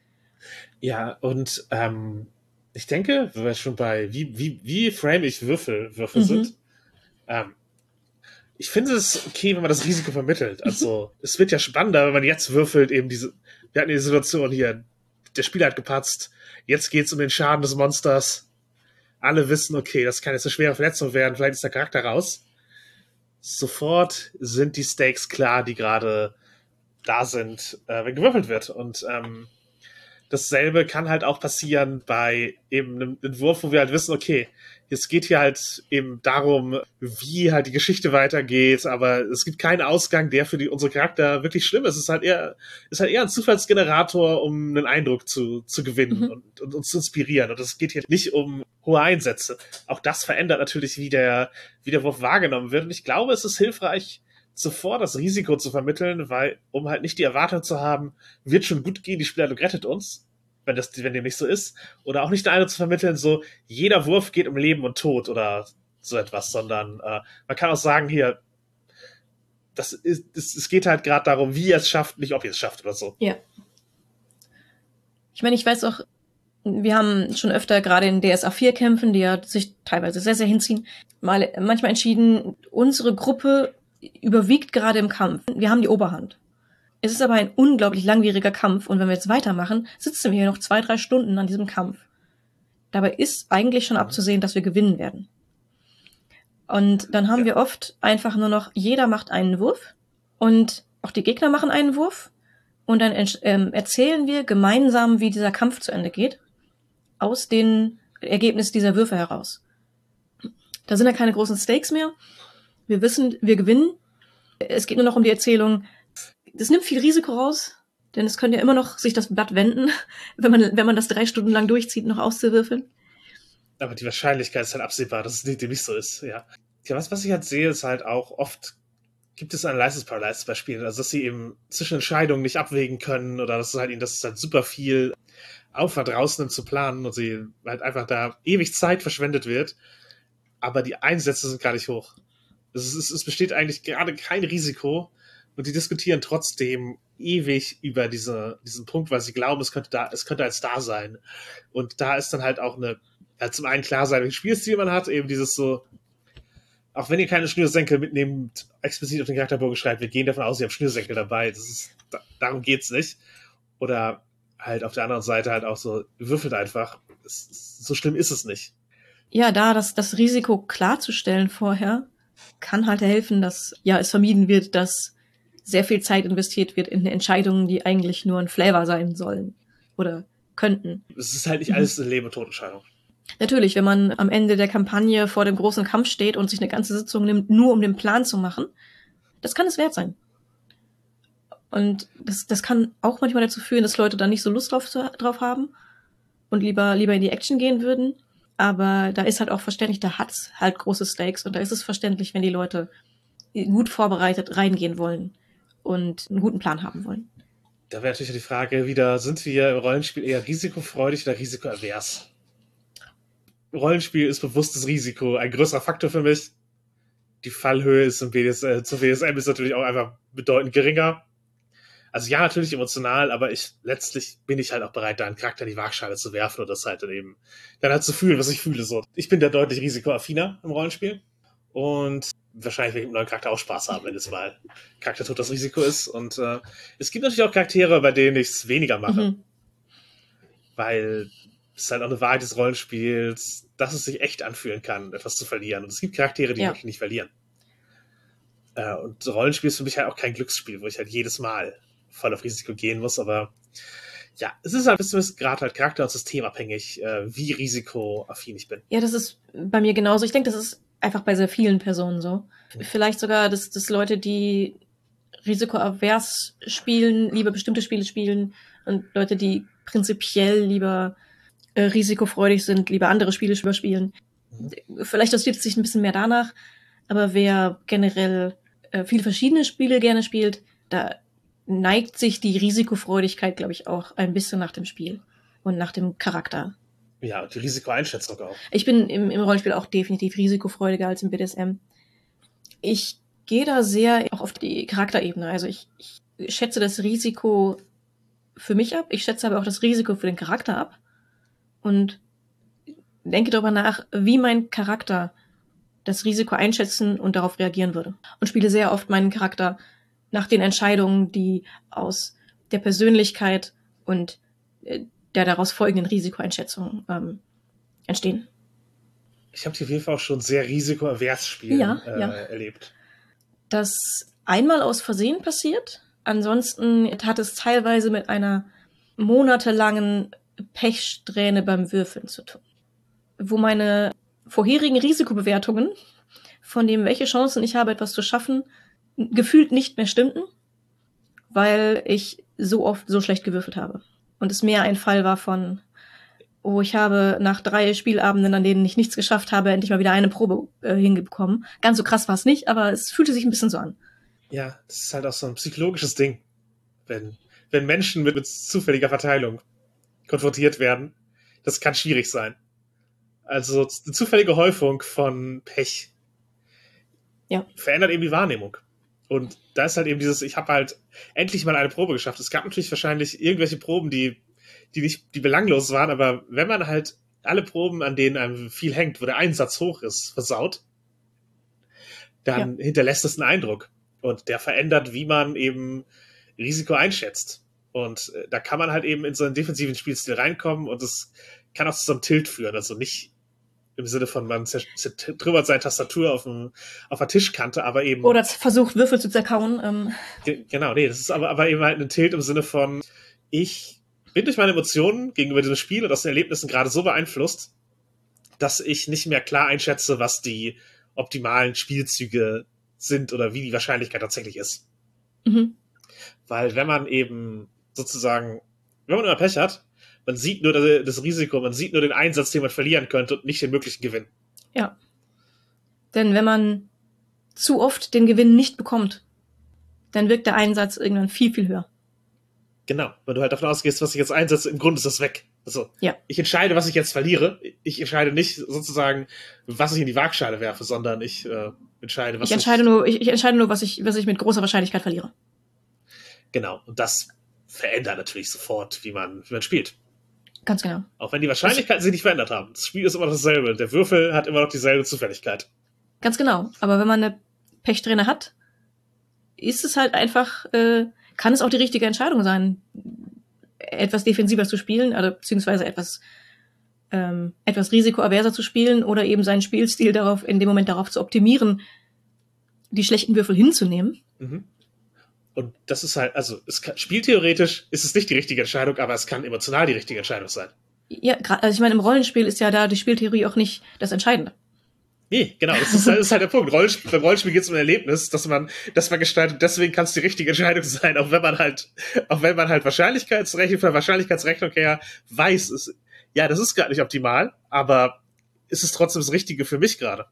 Speaker 3: Ja, und ähm, ich denke, wenn wir schon bei, wie, wie, wie frame ich Würfel, Würfel mhm. sind, ähm, ich finde es okay, wenn man das Risiko vermittelt. Also, es wird ja spannender, wenn man jetzt würfelt, eben diese, wir hatten die Situation hier, der Spieler hat gepatzt, jetzt geht's um den Schaden des Monsters. Alle wissen, okay, das kann jetzt eine schwere Verletzung werden, vielleicht ist der Charakter raus. Sofort sind die Stakes klar, die gerade da sind, äh, wenn gewürfelt wird. Und ähm, dasselbe kann halt auch passieren bei eben einem Entwurf, wo wir halt wissen, okay, es geht hier halt eben darum, wie halt die Geschichte weitergeht, aber es gibt keinen Ausgang, der für die, unsere Charakter wirklich schlimm ist. Es ist halt eher, ist halt eher ein Zufallsgenerator, um einen Eindruck zu, zu gewinnen mhm. und, und uns zu inspirieren. Und es geht hier nicht um hohe Einsätze. Auch das verändert natürlich, wie der, wie der Wurf wahrgenommen wird. Und ich glaube, es ist hilfreich, zuvor das Risiko zu vermitteln, weil, um halt nicht die Erwartung zu haben, wird schon gut gehen, die Spielleitung rettet uns, wenn das, wenn dem nicht so ist, oder auch nicht eine zu vermitteln, so, jeder Wurf geht um Leben und Tod oder so etwas, sondern äh, man kann auch sagen, hier, das ist, es, es geht halt gerade darum, wie ihr es schafft, nicht ob ihr es schafft oder so.
Speaker 2: Ja. Ich meine, ich weiß auch, wir haben schon öfter gerade in D S A vier Kämpfen, die ja sich teilweise sehr, sehr hinziehen, mal manchmal entschieden, unsere Gruppe überwiegt gerade im Kampf. Wir haben die Oberhand. Es ist aber ein unglaublich langwieriger Kampf und wenn wir jetzt weitermachen, sitzen wir hier noch zwei, drei Stunden an diesem Kampf. Dabei ist eigentlich schon abzusehen, dass wir gewinnen werden. Und dann haben ja. wir oft einfach nur noch, jeder macht einen Wurf und auch die Gegner machen einen Wurf und dann ähm, erzählen wir gemeinsam, wie dieser Kampf zu Ende geht, aus den Ergebnissen dieser Würfe heraus. Da sind ja keine großen Stakes mehr. Wir wissen, wir gewinnen. Es geht nur noch um die Erzählung. Das nimmt viel Risiko raus, denn es könnte ja immer noch sich das Blatt wenden, wenn man, wenn man das drei Stunden lang durchzieht, noch auszuwürfeln.
Speaker 3: Aber die Wahrscheinlichkeit ist halt absehbar, dass es nicht, nicht so ist, ja. Ja, was, was ich halt sehe, ist halt auch oft gibt es ein License Paralysis bei Spielen, also dass sie eben zwischen Entscheidungen nicht abwägen können oder dass es halt ihnen, dass es halt super viel Aufwand rausnimmt zu planen und sie halt einfach da ewig Zeit verschwendet wird, aber die Einsätze sind gar nicht hoch. Es, ist, es besteht eigentlich gerade kein Risiko und die diskutieren trotzdem ewig über diese, diesen Punkt, weil sie glauben, es könnte da, es könnte als da sein. Und da ist dann halt auch eine, halt zum einen klar sein, welches Spielstil man hat, eben dieses so, auch wenn ihr keine Schnürsenkel mitnehmt, explizit auf den Charakterbogen schreibt, wir gehen davon aus, ihr habt Schnürsenkel dabei. Das ist, da, darum geht's nicht. Oder halt auf der anderen Seite halt auch so, würfelt einfach. Es, so schlimm ist es nicht.
Speaker 2: Ja, da das, das Risiko klarzustellen vorher, kann halt helfen, dass ja es vermieden wird, dass sehr viel Zeit investiert wird in Entscheidungen, die eigentlich nur ein Flavor sein sollen oder könnten.
Speaker 3: Es ist halt nicht alles eine Leben- und Todentscheidung.
Speaker 2: Natürlich, wenn man am Ende der Kampagne vor dem großen Kampf steht und sich eine ganze Sitzung nimmt, nur um den Plan zu machen, das kann es wert sein. Und das, das kann auch manchmal dazu führen, dass Leute dann nicht so Lust drauf, drauf haben und lieber, lieber in die Action gehen würden. Aber da ist halt auch verständlich, da hat's halt große Stakes und da ist es verständlich, wenn die Leute gut vorbereitet reingehen wollen und einen guten Plan haben wollen.
Speaker 3: Da wäre natürlich die Frage wieder, sind wir im Rollenspiel eher risikofreudig oder risikoavers? Rollenspiel ist bewusstes Risiko ein größerer Faktor für mich. Die Fallhöhe ist im B D S, äh, zum B D S M ist natürlich auch einfach bedeutend geringer. Also ja, natürlich emotional, aber ich letztlich bin ich halt auch bereit, da einen Charakter in die Waagschale zu werfen und das halt dann eben dann halt zu fühlen, was ich fühle. So. Ich bin da deutlich risikoaffiner im Rollenspiel und wahrscheinlich werde ich mit einem neuen Charakter auch Spaß haben, wenn es mal Charaktertod das Risiko ist. Und äh, es gibt natürlich auch Charaktere, bei denen ich es weniger mache. Mhm. Weil es ist halt auch eine Wahrheit des Rollenspiels, dass es sich echt anfühlen kann, etwas zu verlieren. Und es gibt Charaktere, die ja. wirklich nicht verlieren. Äh, und Rollenspiel ist für mich halt auch kein Glücksspiel, wo ich halt jedes Mal voll auf Risiko gehen muss. Aber ja, es ist halt ein bisschen gerade halt charakter- und systemabhängig, äh, wie risikoaffin ich bin.
Speaker 2: Ja, das ist bei mir genauso. Ich denke, das ist einfach bei sehr vielen Personen so. Mhm. Vielleicht sogar, dass, dass Leute, die risikoavers spielen, lieber bestimmte Spiele spielen und Leute, die prinzipiell lieber äh, risikofreudig sind, lieber andere Spiele überspielen. Mhm. Vielleicht das sich ein bisschen mehr danach, aber wer generell äh, viele verschiedene Spiele gerne spielt, da neigt sich die Risikofreudigkeit, glaube ich, auch ein bisschen nach dem Spiel und nach dem Charakter.
Speaker 3: Ja, die Risikoeinschätzung auch.
Speaker 2: Ich bin im, im Rollenspiel auch definitiv risikofreudiger als im B D S M. Ich gehe da sehr auch auf die Charakterebene. Also ich, ich schätze das Risiko für mich ab. Ich schätze aber auch das Risiko für den Charakter ab. Und denke darüber nach, wie mein Charakter das Risiko einschätzen und darauf reagieren würde. Und spiele sehr oft meinen Charakter nach den Entscheidungen, die aus der Persönlichkeit und der daraus folgenden Risikoeinschätzung ähm, entstehen.
Speaker 3: Ich habe auf jeden Fall auch schon sehr risikoavers Spiele
Speaker 2: ja,
Speaker 3: äh,
Speaker 2: ja.
Speaker 3: erlebt.
Speaker 2: Das einmal aus Versehen passiert. Ansonsten hat es teilweise mit einer monatelangen Pechsträhne beim Würfeln zu tun. Wo meine vorherigen Risikobewertungen von dem, welche Chancen ich habe, etwas zu schaffen, gefühlt nicht mehr stimmten, weil ich so oft so schlecht gewürfelt habe. Und es mehr ein Fall war von, oh, ich habe nach drei Spielabenden, an denen ich nichts geschafft habe, endlich mal wieder eine Probe äh, hingekommen. Ganz so krass war es nicht, aber es fühlte sich ein bisschen so an.
Speaker 3: Ja, das ist halt auch so ein psychologisches Ding. Wenn, wenn Menschen mit, mit zufälliger Verteilung konfrontiert werden, das kann schwierig sein. Also eine zufällige Häufung von Pech
Speaker 2: ja.
Speaker 3: verändert eben die Wahrnehmung. Und da ist halt eben dieses, ich habe halt endlich mal eine Probe geschafft. Es gab natürlich wahrscheinlich irgendwelche Proben, die, die nicht, die belanglos waren, aber wenn man halt alle Proben, an denen einem viel hängt, wo der Einsatz hoch ist, versaut, dann ja. hinterlässt es einen Eindruck. Und der verändert, wie man eben Risiko einschätzt. Und äh, da kann man halt eben in so einen defensiven Spielstil reinkommen und das kann auch zu so einem Tilt führen. Also nicht im Sinne von, man zertrümmert seine Tastatur auf, dem, auf der Tischkante, aber eben...
Speaker 2: Oder versucht, Würfel zu zerkauen. Ähm.
Speaker 3: Ge- genau, nee, das ist aber, aber eben halt ein Tilt im Sinne von, ich bin durch meine Emotionen gegenüber diesem Spiel und aus den Erlebnissen gerade so beeinflusst, dass ich nicht mehr klar einschätze, was die optimalen Spielzüge sind oder wie die Wahrscheinlichkeit tatsächlich ist.
Speaker 2: Mhm.
Speaker 3: Weil wenn man eben sozusagen, wenn man immer Pech hat, man sieht nur das, das Risiko, man sieht nur den Einsatz, den man verlieren könnte und nicht den möglichen Gewinn.
Speaker 2: Ja. Denn wenn man zu oft den Gewinn nicht bekommt, dann wirkt der Einsatz irgendwann viel, viel höher.
Speaker 3: Genau, wenn du halt davon ausgehst, was ich jetzt einsetze, im Grunde ist das weg. Also,
Speaker 2: ja.
Speaker 3: Ich entscheide, was ich jetzt verliere. Ich entscheide nicht sozusagen, was ich in die Waagschale werfe, sondern ich äh, entscheide, was
Speaker 2: ich entscheide ich... nur, ich, ich entscheide nur, was ich, was ich mit großer Wahrscheinlichkeit verliere.
Speaker 3: Genau, und das verändert natürlich sofort, wie man, wie man spielt.
Speaker 2: Ganz genau.
Speaker 3: Auch wenn die Wahrscheinlichkeiten das sich nicht verändert haben. Das Spiel ist immer noch dasselbe. Der Würfel hat immer noch dieselbe Zufälligkeit.
Speaker 2: Ganz genau. Aber wenn man eine Pechsträhne hat, ist es halt einfach, äh, kann es auch die richtige Entscheidung sein, etwas defensiver zu spielen, also beziehungsweise etwas, ähm, etwas risikoaverser zu spielen oder eben seinen Spielstil darauf, in dem Moment darauf zu optimieren, die schlechten Würfel hinzunehmen.
Speaker 3: Mhm. Und das ist halt, also es kann, spieltheoretisch ist es nicht die richtige Entscheidung, aber es kann emotional die richtige Entscheidung sein.
Speaker 2: Ja, also ich meine, im Rollenspiel ist ja da die Spieltheorie auch nicht das Entscheidende.
Speaker 3: Nee, genau, das ist, das ist halt der Punkt. Rollenspiel, beim Rollenspiel geht es um ein Erlebnis, dass man, dass man gestaltet, deswegen kann es die richtige Entscheidung sein, auch wenn man halt, auch wenn man halt Wahrscheinlichkeitsrechnung, von der Wahrscheinlichkeitsrechnung her weiß, es, ja, das ist gerade nicht optimal, aber ist es trotzdem das Richtige für mich gerade.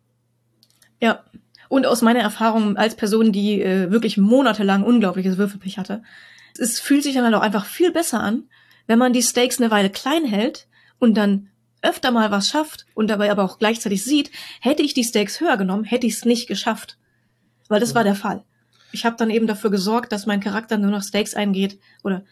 Speaker 2: Ja. Und aus meiner Erfahrung als Person, die äh, wirklich monatelang unglaubliches Würfelpech hatte, es fühlt sich dann halt auch einfach viel besser an, wenn man die Stakes eine Weile klein hält und dann öfter mal was schafft und dabei aber auch gleichzeitig sieht, hätte ich die Stakes höher genommen, hätte ich es nicht geschafft. Weil das mhm. war der Fall. Ich habe dann eben dafür gesorgt, dass mein Charakter nur noch Stakes eingeht oder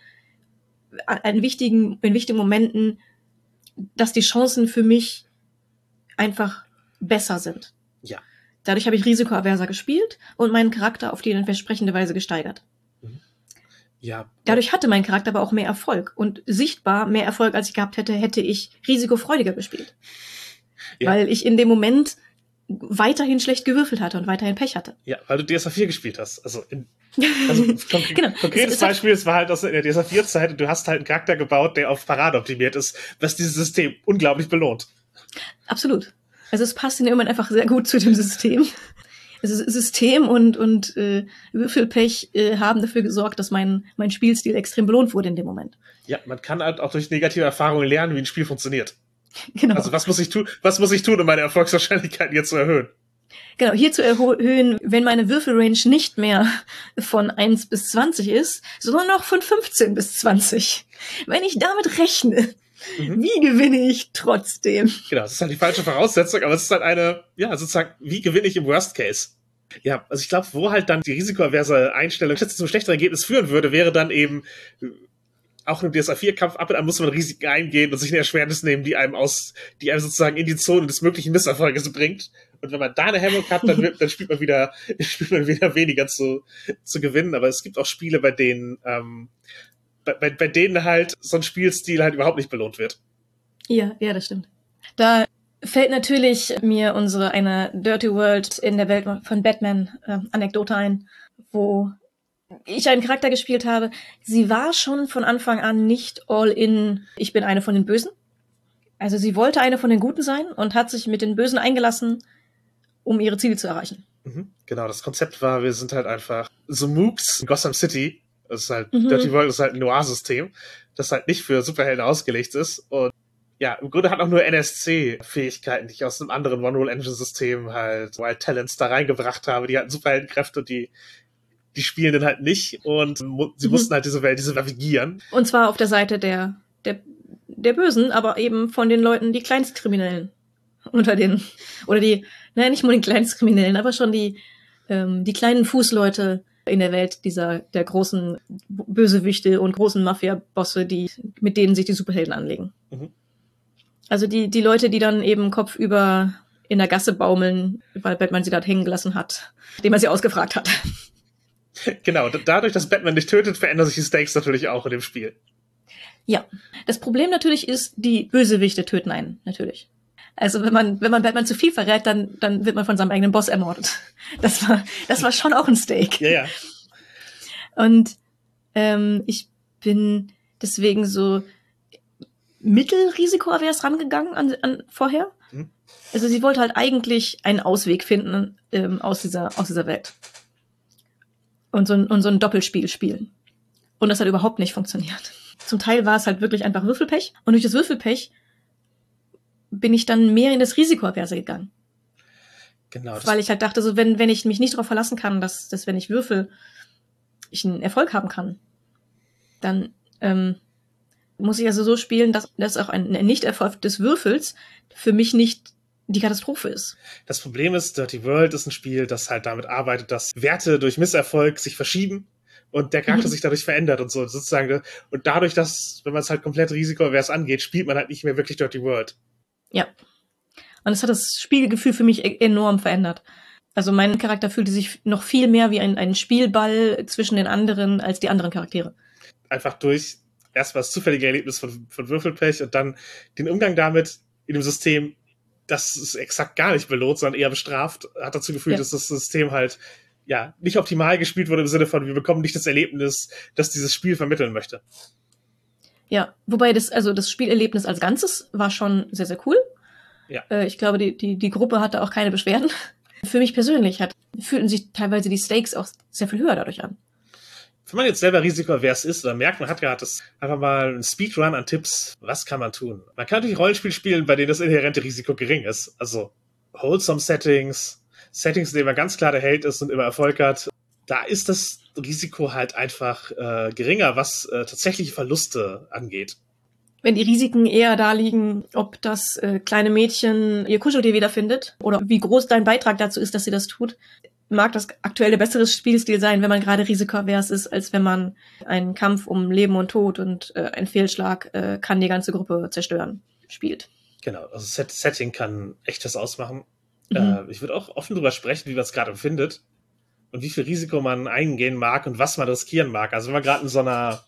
Speaker 2: in wichtigen, in wichtigen Momenten, dass die Chancen für mich einfach besser sind.
Speaker 3: Ja.
Speaker 2: Dadurch habe ich risikoaverser gespielt und meinen Charakter auf die entsprechende Weise gesteigert.
Speaker 3: Ja.
Speaker 2: Dadurch hatte mein Charakter aber auch mehr Erfolg. Und sichtbar mehr Erfolg, als ich gehabt hätte, hätte ich risikofreudiger gespielt. Ja. Weil ich in dem Moment weiterhin schlecht gewürfelt hatte und weiterhin Pech hatte.
Speaker 3: Ja, weil du D S A vier gespielt hast. Also, in, also konk-
Speaker 2: genau.
Speaker 3: konkretes es, es Beispiel, es war halt aus der D S A vier Zeit und du hast halt einen Charakter gebaut, der auf Parade optimiert ist, was dieses System unglaublich belohnt.
Speaker 2: Absolut. Also es passt in dem Moment einfach sehr gut zu dem System. Also System und und äh, Würfelpech äh, haben dafür gesorgt, dass mein mein Spielstil extrem belohnt wurde in dem Moment.
Speaker 3: Ja, man kann halt auch durch negative Erfahrungen lernen, wie ein Spiel funktioniert.
Speaker 2: Genau.
Speaker 3: Also was muss ich tun? Was muss ich tun, um meine Erfolgswahrscheinlichkeiten jetzt zu erhöhen?
Speaker 2: Genau, hier zu erhöhen, wenn meine Würfelrange nicht mehr von eins bis zwanzig ist, sondern noch von fünfzehn bis zwanzig. Wenn ich damit rechne, Mhm. wie gewinne ich trotzdem?
Speaker 3: Genau, das ist halt die falsche Voraussetzung, aber es ist halt eine, ja, sozusagen, wie gewinne ich im Worst Case? Ja, also ich glaube, wo halt dann die risikoaverse Einstellung zu einem schlechteren Ergebnis führen würde, wäre dann eben auch im D S A vier Kampf ab und an muss man Risiken eingehen und sich eine Erschwernis nehmen, die einem aus, die einem sozusagen in die Zone des möglichen Misserfolges bringt. Und wenn man da eine Hemmung hat, dann, wird, dann spielt man wieder, spielt man wieder weniger zu, zu gewinnen. Aber es gibt auch Spiele, bei denen, ähm, Bei, bei denen halt so ein Spielstil halt überhaupt nicht belohnt wird.
Speaker 2: Ja, ja, das stimmt. Da fällt natürlich mir unsere eine Dirty World in der Welt von Batman äh, Anekdote ein, wo ich einen Charakter gespielt habe. Sie war schon von Anfang an nicht all in, ich bin eine von den Bösen. Also sie wollte eine von den Guten sein und hat sich mit den Bösen eingelassen, um ihre Ziele zu erreichen.
Speaker 3: Mhm, genau, das Konzept war, wir sind halt einfach so Mooks in Gotham City. Das ist halt,
Speaker 2: mhm.
Speaker 3: Dirty World ist halt ein Noir-System, das halt nicht für Superhelden ausgelegt ist. Und ja, im Grunde hat auch nur N S C-Fähigkeiten, die ich aus einem anderen One-Roll-Engine-System halt Wild Talents da reingebracht habe. Die hatten Superheldenkräfte und die, die spielen dann halt nicht. Und mu- sie mhm. mussten halt diese Welt, diese navigieren.
Speaker 2: Und zwar auf der Seite der, der, der Bösen, aber eben von den Leuten, die Kleinstkriminellen unter den, oder die, naja, nicht nur den Kleinstkriminellen, aber schon die, ähm, die kleinen Fußleute, in der Welt dieser der großen Bösewichte und großen Mafia-Bosse, die mit denen sich die Superhelden anlegen. Mhm. Also die die Leute, die dann eben kopfüber in der Gasse baumeln, weil Batman sie dort hängen gelassen hat, dem er sie ausgefragt hat.
Speaker 3: Genau, dadurch, dass Batman dich tötet, verändern sich die Stakes natürlich auch in dem Spiel.
Speaker 2: Ja, das Problem natürlich ist, die Bösewichte töten einen, natürlich. Also wenn man wenn man Batman zu viel verrät, dann dann wird man von seinem eigenen Boss ermordet. Das war das war schon auch ein Stake.
Speaker 3: Ja, ja.
Speaker 2: Und ähm, ich bin deswegen so mittelrisikoavers rangegangen an, an vorher. Hm. Also sie wollte halt eigentlich einen Ausweg finden ähm, aus dieser aus dieser Welt. Und so, ein, und so ein Doppelspiel spielen. Und das hat überhaupt nicht funktioniert. Zum Teil war es halt wirklich einfach Würfelpech. Und durch das Würfelpech bin ich dann mehr in das Risikoaverse gegangen.
Speaker 3: Genau.
Speaker 2: Weil ich halt dachte, so wenn wenn ich mich nicht darauf verlassen kann, dass, dass wenn ich würfel, ich einen Erfolg haben kann, dann ähm, muss ich also so spielen, dass, dass auch ein, ein Nicht-Erfolg des Würfels für mich nicht die Katastrophe ist.
Speaker 3: Das Problem ist, Dirty World ist ein Spiel, das halt damit arbeitet, dass Werte durch Misserfolg sich verschieben und der Charakter mhm. sich dadurch verändert und so sozusagen. Und dadurch, dass, wenn man es halt komplett risikoavers angeht, spielt man halt nicht mehr wirklich Dirty World.
Speaker 2: Ja. Und es hat das Spielgefühl für mich e- enorm verändert. Also mein Charakter fühlte sich noch viel mehr wie ein, ein Spielball zwischen den anderen als die anderen Charaktere.
Speaker 3: Einfach durch erstmal das zufällige Erlebnis von, von Würfelpech und dann den Umgang damit in dem System, das es exakt gar nicht belohnt, sondern eher bestraft, hat dazu geführt, ja. dass das System halt ja nicht optimal gespielt wurde im Sinne von, wir bekommen nicht das Erlebnis, das dieses Spiel vermitteln möchte.
Speaker 2: Ja, wobei das, also das Spielerlebnis als Ganzes war schon sehr, sehr cool.
Speaker 3: Ja.
Speaker 2: Äh, ich glaube, die, die, die Gruppe hatte auch keine Beschwerden. Für mich persönlich hat, fühlten sich teilweise die Stakes auch sehr viel höher dadurch an.
Speaker 3: Wenn man jetzt selber risikoavers ist oder merkt, man hat gerade das einfach mal ein Speedrun an Tipps, was kann man tun? Man kann natürlich Rollenspiel spielen, bei denen das inhärente Risiko gering ist. Also wholesome Settings, Settings, in denen man ganz klar der Held ist und immer Erfolg hat. Da ist das Risiko halt einfach äh, geringer, was äh, tatsächliche Verluste angeht.
Speaker 2: Wenn die Risiken eher da liegen, ob das äh, kleine Mädchen ihr Kuscheltier wiederfindet oder wie groß dein Beitrag dazu ist, dass sie das tut, mag das aktuell der bessere Spielstil sein, wenn man gerade risikoavers ist, als wenn man einen Kampf um Leben und Tod und äh, ein Fehlschlag äh, kann die ganze Gruppe zerstören spielt.
Speaker 3: Genau, also Set- Setting kann echt was ausmachen.
Speaker 2: Mhm.
Speaker 3: Äh, ich würde auch offen drüber sprechen, wie man es gerade empfindet und wie viel Risiko man eingehen mag und was man riskieren mag. Also wenn man gerade in so einer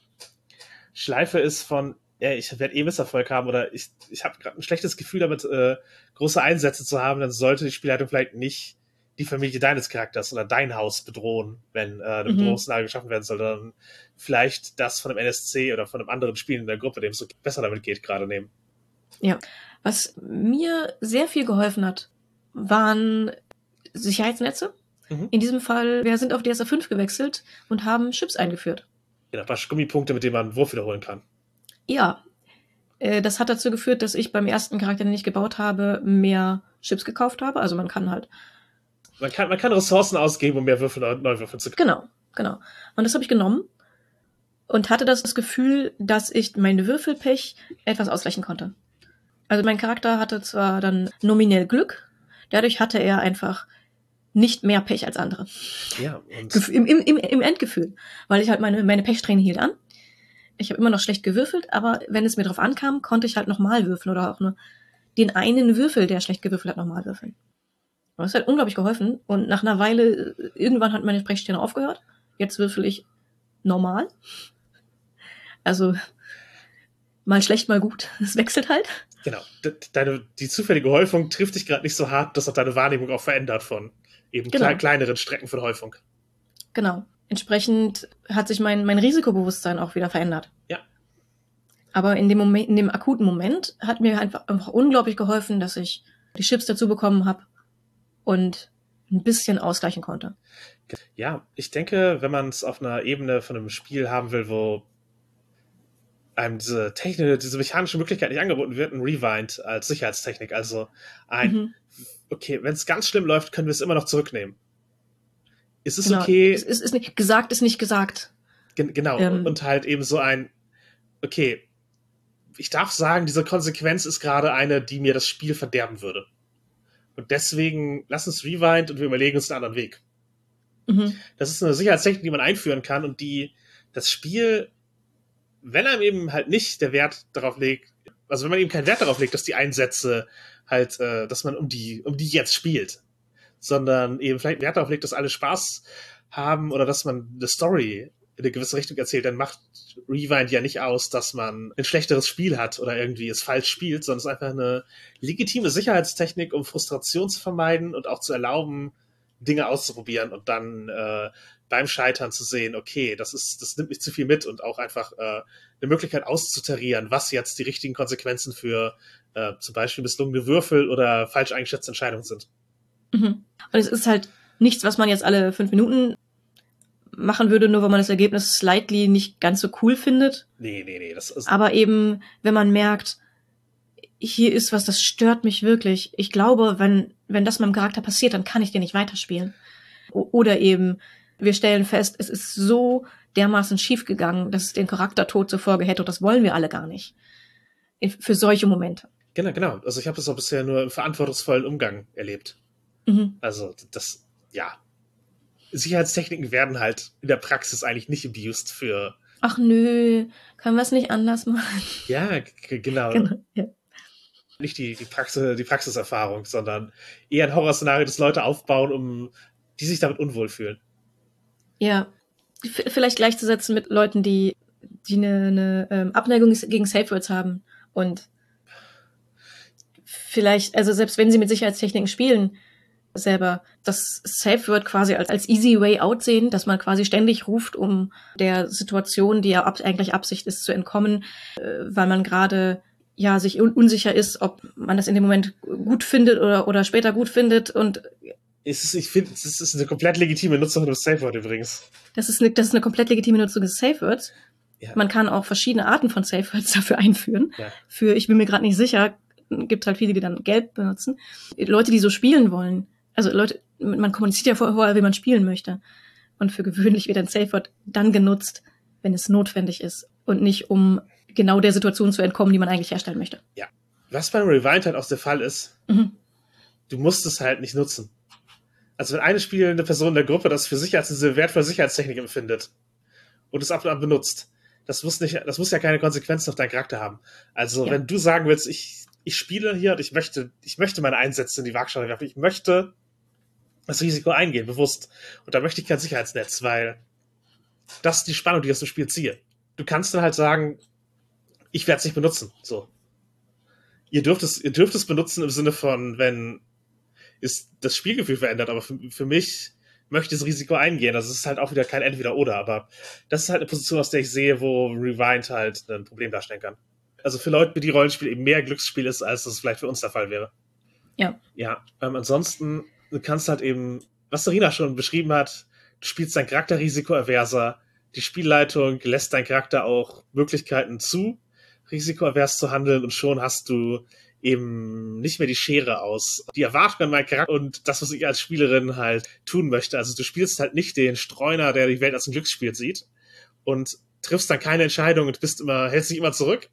Speaker 3: Schleife ist von, ja, ich werde eh Misserfolg haben oder ich, ich habe gerade ein schlechtes Gefühl damit, äh, große Einsätze zu haben, dann sollte die Spielleitung vielleicht nicht die Familie deines Charakters oder dein Haus bedrohen, wenn äh, eine mhm. Bedrohungsszenario geschaffen werden soll, sondern vielleicht das von einem N S C oder von einem anderen Spiel in der Gruppe, dem es so besser damit geht, gerade nehmen.
Speaker 2: Ja, was mir sehr viel geholfen hat, waren Sicherheitsnetze. Mhm. In diesem Fall, wir sind auf D S A fünf gewechselt und haben Chips eingeführt.
Speaker 3: Genau, ein paar Gummipunkte, mit denen man einen Wurf wiederholen kann.
Speaker 2: Ja, äh, das hat dazu geführt, dass ich beim ersten Charakter, den ich gebaut habe, mehr Chips gekauft habe. Also man kann halt
Speaker 3: Man kann, man kann Ressourcen ausgeben, um mehr Würfel neu würfeln zu können.
Speaker 2: Genau, genau. Und das habe ich genommen und hatte das, das Gefühl, dass ich meine Würfelpech etwas ausgleichen konnte. Also mein Charakter hatte zwar dann nominell Glück, dadurch hatte er einfach nicht mehr Pech als andere.
Speaker 3: Ja, und
Speaker 2: Gef- Im, im, im Endgefühl. Weil ich halt meine, meine Pechsträhne hielt an. Ich habe immer noch schlecht gewürfelt, aber wenn es mir drauf ankam, konnte ich halt nochmal würfeln oder auch nur den einen Würfel, der schlecht gewürfelt hat, nochmal würfeln. Und das hat unglaublich geholfen. Und nach einer Weile, irgendwann hat meine Sprechstirn aufgehört. Jetzt würfel ich normal. Also mal schlecht, mal gut. Es wechselt halt.
Speaker 3: Genau. Deine, die zufällige Häufung trifft dich gerade nicht so hart, dass auch deine Wahrnehmung auch verändert von eben
Speaker 2: genau.
Speaker 3: kle- kleineren Strecken von Häufung.
Speaker 2: Genau. Entsprechend hat sich mein, mein Risikobewusstsein auch wieder verändert.
Speaker 3: Ja.
Speaker 2: Aber in dem Moment, in dem akuten Moment hat mir einfach, einfach unglaublich geholfen, dass ich die Chips dazu bekommen habe und ein bisschen ausgleichen konnte.
Speaker 3: Ja, ich denke, wenn man es auf einer Ebene von einem Spiel haben will, wo einem diese Technik, diese mechanische Möglichkeit nicht angeboten wird, ein Rewind als Sicherheitstechnik. Also ein, mhm. okay, wenn es ganz schlimm läuft, können wir es immer noch zurücknehmen. Ist es
Speaker 2: genau.
Speaker 3: okay?
Speaker 2: Es ist, ist nicht, gesagt ist nicht gesagt.
Speaker 3: Gen- genau, ähm. und halt eben so ein, okay, ich darf sagen, diese Konsequenz ist gerade eine, die mir das Spiel verderben würde. Und deswegen, lass uns Rewind und wir überlegen uns einen anderen Weg.
Speaker 2: Mhm.
Speaker 3: Das ist eine Sicherheitstechnik, die man einführen kann und die das Spiel, wenn einem eben halt nicht der Wert darauf legt, also wenn man eben keinen Wert darauf legt, dass die Einsätze halt, äh, dass man um die, um die jetzt spielt, sondern eben vielleicht Wert darauf legt, dass alle Spaß haben oder dass man eine Story in eine gewisse Richtung erzählt, dann macht Rewind ja nicht aus, dass man ein schlechteres Spiel hat oder irgendwie es falsch spielt, sondern es ist einfach eine legitime Sicherheitstechnik, um Frustration zu vermeiden und auch zu erlauben, Dinge auszuprobieren und dann äh, beim Scheitern zu sehen, okay, das ist, das nimmt nicht zu viel mit und auch einfach äh, eine Möglichkeit auszutarieren, was jetzt die richtigen Konsequenzen für äh, zum Beispiel misslungene Würfel oder falsch eingeschätzte Entscheidungen sind.
Speaker 2: Mhm. Und es ist halt nichts, was man jetzt alle fünf Minuten machen würde, nur weil man das Ergebnis slightly nicht ganz so cool findet.
Speaker 3: Nee, nee, nee. Das ist
Speaker 2: Aber eben, wenn man merkt, hier ist was, das stört mich wirklich. Ich glaube, wenn, wenn das meinem Charakter passiert, dann kann ich den nicht weiterspielen. O- oder eben, wir stellen fest, es ist so dermaßen schief gegangen, dass es den Charaktertod zur Folge hätte und das wollen wir alle gar nicht. Für solche Momente.
Speaker 3: Genau, genau. Also ich habe das auch bisher nur im verantwortungsvollen Umgang erlebt.
Speaker 2: Mhm.
Speaker 3: Also das, ja. Sicherheitstechniken werden halt in der Praxis eigentlich nicht abused für...
Speaker 2: Ach nö, können wir es nicht anders machen?
Speaker 3: Ja, g- genau.
Speaker 2: Genau, ja.
Speaker 3: Nicht die, die, Praxis, die Praxiserfahrung, sondern eher ein Horrorszenario, das Leute aufbauen, um die sich damit unwohl fühlen.
Speaker 2: Ja, v- vielleicht gleichzusetzen mit Leuten, die, die eine, eine ähm, Abneigung gegen Safe Words haben und vielleicht, also selbst wenn sie mit Sicherheitstechniken spielen, selber das Safe Word quasi als, als easy way out sehen, dass man quasi ständig ruft, um der Situation, die ja ab, eigentlich Absicht ist, zu entkommen, äh, weil man gerade ja sich un- unsicher ist, ob man das in dem Moment gut findet oder, oder später gut findet und
Speaker 3: Es ist, ich finde, es ist eine komplett legitime Nutzung des Safe Word übrigens.
Speaker 2: das ist eine, das ist eine komplett legitime Nutzung des Safe Words.
Speaker 3: Ja.
Speaker 2: Man kann auch verschiedene Arten von Safe Words dafür einführen.
Speaker 3: Ja.
Speaker 2: Für, ich bin mir gerade nicht sicher, gibt halt viele, die dann gelb benutzen. Leute, die so spielen wollen. Also Leute, man kommuniziert ja vorher, wie man spielen möchte. Und für gewöhnlich wird ein Safe Word dann genutzt, wenn es notwendig ist. Und nicht, um genau der Situation zu entkommen, die man eigentlich herstellen möchte.
Speaker 3: Ja. Was beim Rewind halt auch der Fall ist,
Speaker 2: Mhm.
Speaker 3: du musst es halt nicht nutzen. Also wenn eine spielende Person in der Gruppe das für sich als diese wertvolle Sicherheitstechnik empfindet und es ab und an benutzt, das muss nicht, das muss ja keine Konsequenzen auf deinen Charakter haben. Also
Speaker 2: Ja.
Speaker 3: wenn du sagen willst, ich, ich spiele hier und ich möchte, ich möchte meine Einsätze in die Waagschale werfen, ich möchte das Risiko eingehen, bewusst. Und da möchte ich kein Sicherheitsnetz, weil das ist die Spannung, die ich aus dem Spiel ziehe. Du kannst dann halt sagen, ich werde es nicht benutzen. So. Ihr dürft es, ihr dürft es benutzen im Sinne von, wenn ist das Spielgefühl verändert, aber für, für mich möchte ich das Risiko eingehen. Also es ist halt auch wieder kein Entweder-Oder, aber das ist halt eine Position, aus der ich sehe, wo Rewind halt ein Problem darstellen kann. Also für Leute, für die Rollenspiel eben mehr Glücksspiel ist, als das vielleicht für uns der Fall wäre.
Speaker 2: Ja.
Speaker 3: Ja, ähm, ansonsten, du kannst halt eben, was Serena schon beschrieben hat, du spielst dein Charakter risikoaverser, die Spielleitung lässt dein Charakter auch Möglichkeiten zu, risikoavers zu handeln und schon hast du eben nicht mehr die Schere aus. Die Erwartungen an meinen Charakter und das, was ich als Spielerin halt tun möchte. Also du spielst halt nicht den Streuner, der die Welt als ein Glücksspiel sieht und triffst dann keine Entscheidung und bist immer, hältst dich immer zurück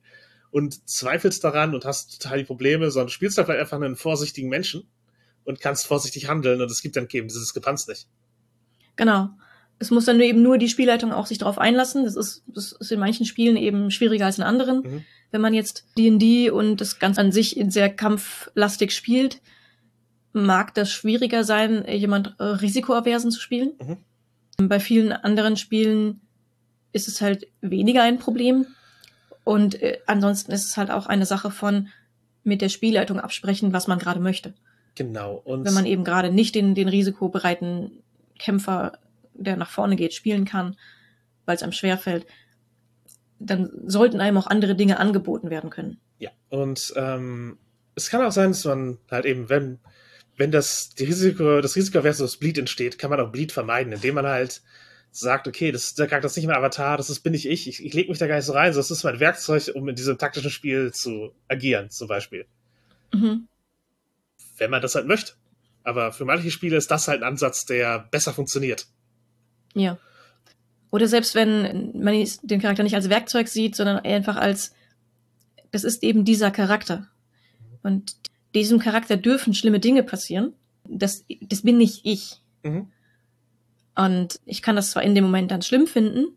Speaker 3: und zweifelst daran und hast total die Probleme, sondern du spielst halt einfach einen vorsichtigen Menschen und kannst vorsichtig handeln und es gibt dann eben diese Diskrepanz nicht.
Speaker 2: Genau. Es muss dann eben nur die Spielleitung auch sich darauf einlassen. Das ist, das ist in manchen Spielen eben schwieriger als in anderen.
Speaker 3: Mhm.
Speaker 2: Wenn man jetzt D und D und das Ganze an sich sehr kampflastig spielt, mag das schwieriger sein, jemand äh, risikoaversen zu spielen.
Speaker 3: Mhm.
Speaker 2: Bei vielen anderen Spielen ist es halt weniger ein Problem. Und äh, ansonsten ist es halt auch eine Sache von mit der Spielleitung absprechen, was man gerade möchte.
Speaker 3: Genau. Und
Speaker 2: wenn man eben gerade nicht den, den risikobereiten Kämpfer, der nach vorne geht, spielen kann, weil es einem schwerfällt, dann sollten einem auch andere Dinge angeboten werden können.
Speaker 3: Ja, und ähm, es kann auch sein, dass man halt eben, wenn, wenn das, die Risiko, das Risiko versus Bleed entsteht, kann man auch Bleed vermeiden, indem man halt sagt, okay, das ist der Charakter, das ist nicht mein Avatar, das ist, bin ich ich, ich, ich lege mich da gar nicht so rein, das ist mein Werkzeug, um in diesem taktischen Spiel zu agieren, zum Beispiel.
Speaker 2: Mhm.
Speaker 3: Wenn man das halt möchte. Aber für manche Spiele ist das halt ein Ansatz, der besser funktioniert.
Speaker 2: Ja. Oder selbst wenn man den Charakter nicht als Werkzeug sieht, sondern einfach als, das ist eben dieser Charakter. Und diesem Charakter dürfen schlimme Dinge passieren. Das, das bin nicht ich.
Speaker 3: Mhm.
Speaker 2: Und ich kann das zwar in dem Moment dann schlimm finden,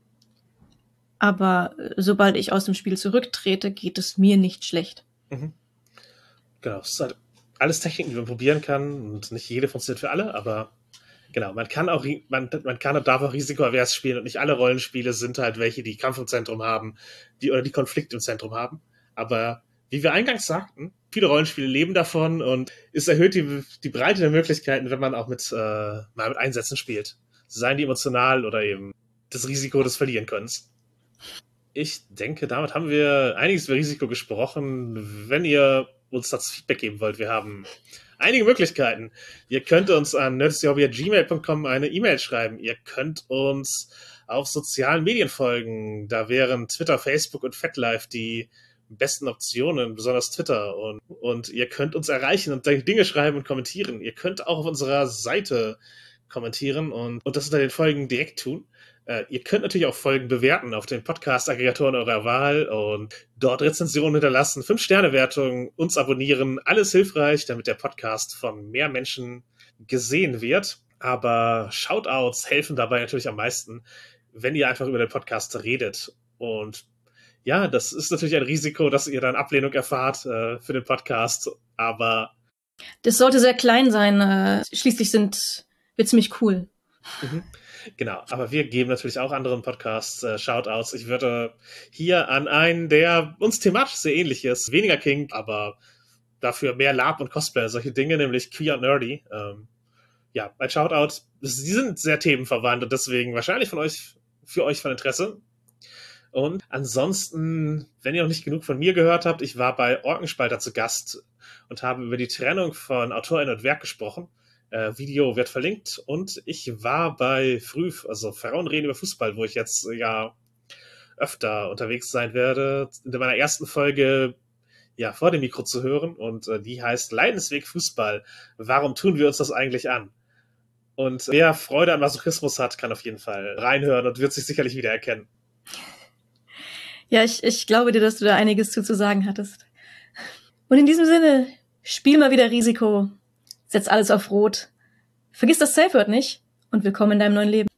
Speaker 2: aber sobald ich aus dem Spiel zurücktrete, geht es mir nicht schlecht.
Speaker 3: Mhm. Genau, es ist halt alles Techniken, die man probieren kann und nicht jede funktioniert für alle, aber genau, man kann auch, man, man kann und darf auch risikoavers spielen und nicht alle Rollenspiele sind halt welche, die Kampf im Zentrum haben, die oder die Konflikt im Zentrum haben. Aber wie wir eingangs sagten, viele Rollenspiele leben davon und es erhöht die, die Breite der Möglichkeiten, wenn man auch mit, äh, mal mit Einsätzen spielt. Seien die emotional oder eben das Risiko des Verlieren-Könnens. Ich denke, damit haben wir einiges über Risiko gesprochen. Wenn ihr uns das Feedback geben wollt, wir haben einige Möglichkeiten. Ihr könnt uns an nerdsdhobby at gmail punkt com eine E-Mail schreiben. Ihr könnt uns auf sozialen Medien folgen. Da wären Twitter, Facebook und FetLife die besten Optionen, besonders Twitter. Und, und ihr könnt uns erreichen und Dinge schreiben und kommentieren. Ihr könnt auch auf unserer Seite kommentieren und, und das unter den Folgen direkt tun. Uh, ihr könnt natürlich auch Folgen bewerten auf den Podcast-Aggregatoren eurer Wahl und dort Rezensionen hinterlassen, fünf Sterne Wertungen, uns abonnieren. Alles hilfreich, damit der Podcast von mehr Menschen gesehen wird. Aber Shoutouts helfen dabei natürlich am meisten, wenn ihr einfach über den Podcast redet. Und ja, das ist natürlich ein Risiko, dass ihr dann Ablehnung erfahrt äh, für den Podcast, aber
Speaker 2: das sollte sehr klein sein. Äh, schließlich sind wir ziemlich cool.
Speaker 3: Mhm. Genau, aber wir geben natürlich auch anderen Podcasts äh, Shoutouts. Ich würde hier an einen, der uns thematisch sehr ähnlich ist, weniger King, aber dafür mehr Lab und Cosplay, solche Dinge, nämlich Queer und Nerdy. Ähm, ja, ein Shoutout. Sie sind sehr themenverwandt und deswegen wahrscheinlich von euch, für euch von Interesse. Und ansonsten, wenn ihr noch nicht genug von mir gehört habt, ich war bei Orkenspalter zu Gast und habe über die Trennung von AutorInnen und Werk gesprochen. Äh, Video wird verlinkt und ich war bei Früh, also Frauen reden über Fußball, wo ich jetzt äh, ja öfter unterwegs sein werde, in meiner ersten Folge ja vor dem Mikro zu hören und äh, die heißt Leidensweg Fußball. Warum tun wir uns das eigentlich an? Und wer Freude an Masochismus hat, kann auf jeden Fall reinhören und wird sich sicherlich wiedererkennen.
Speaker 2: Ja, ich, ich glaube dir, dass du da einiges zu, zu sagen hattest. Und in diesem Sinne, spiel mal wieder Risiko. Setz alles auf Rot. Vergiss das Safe-Word nicht und willkommen in deinem neuen Leben.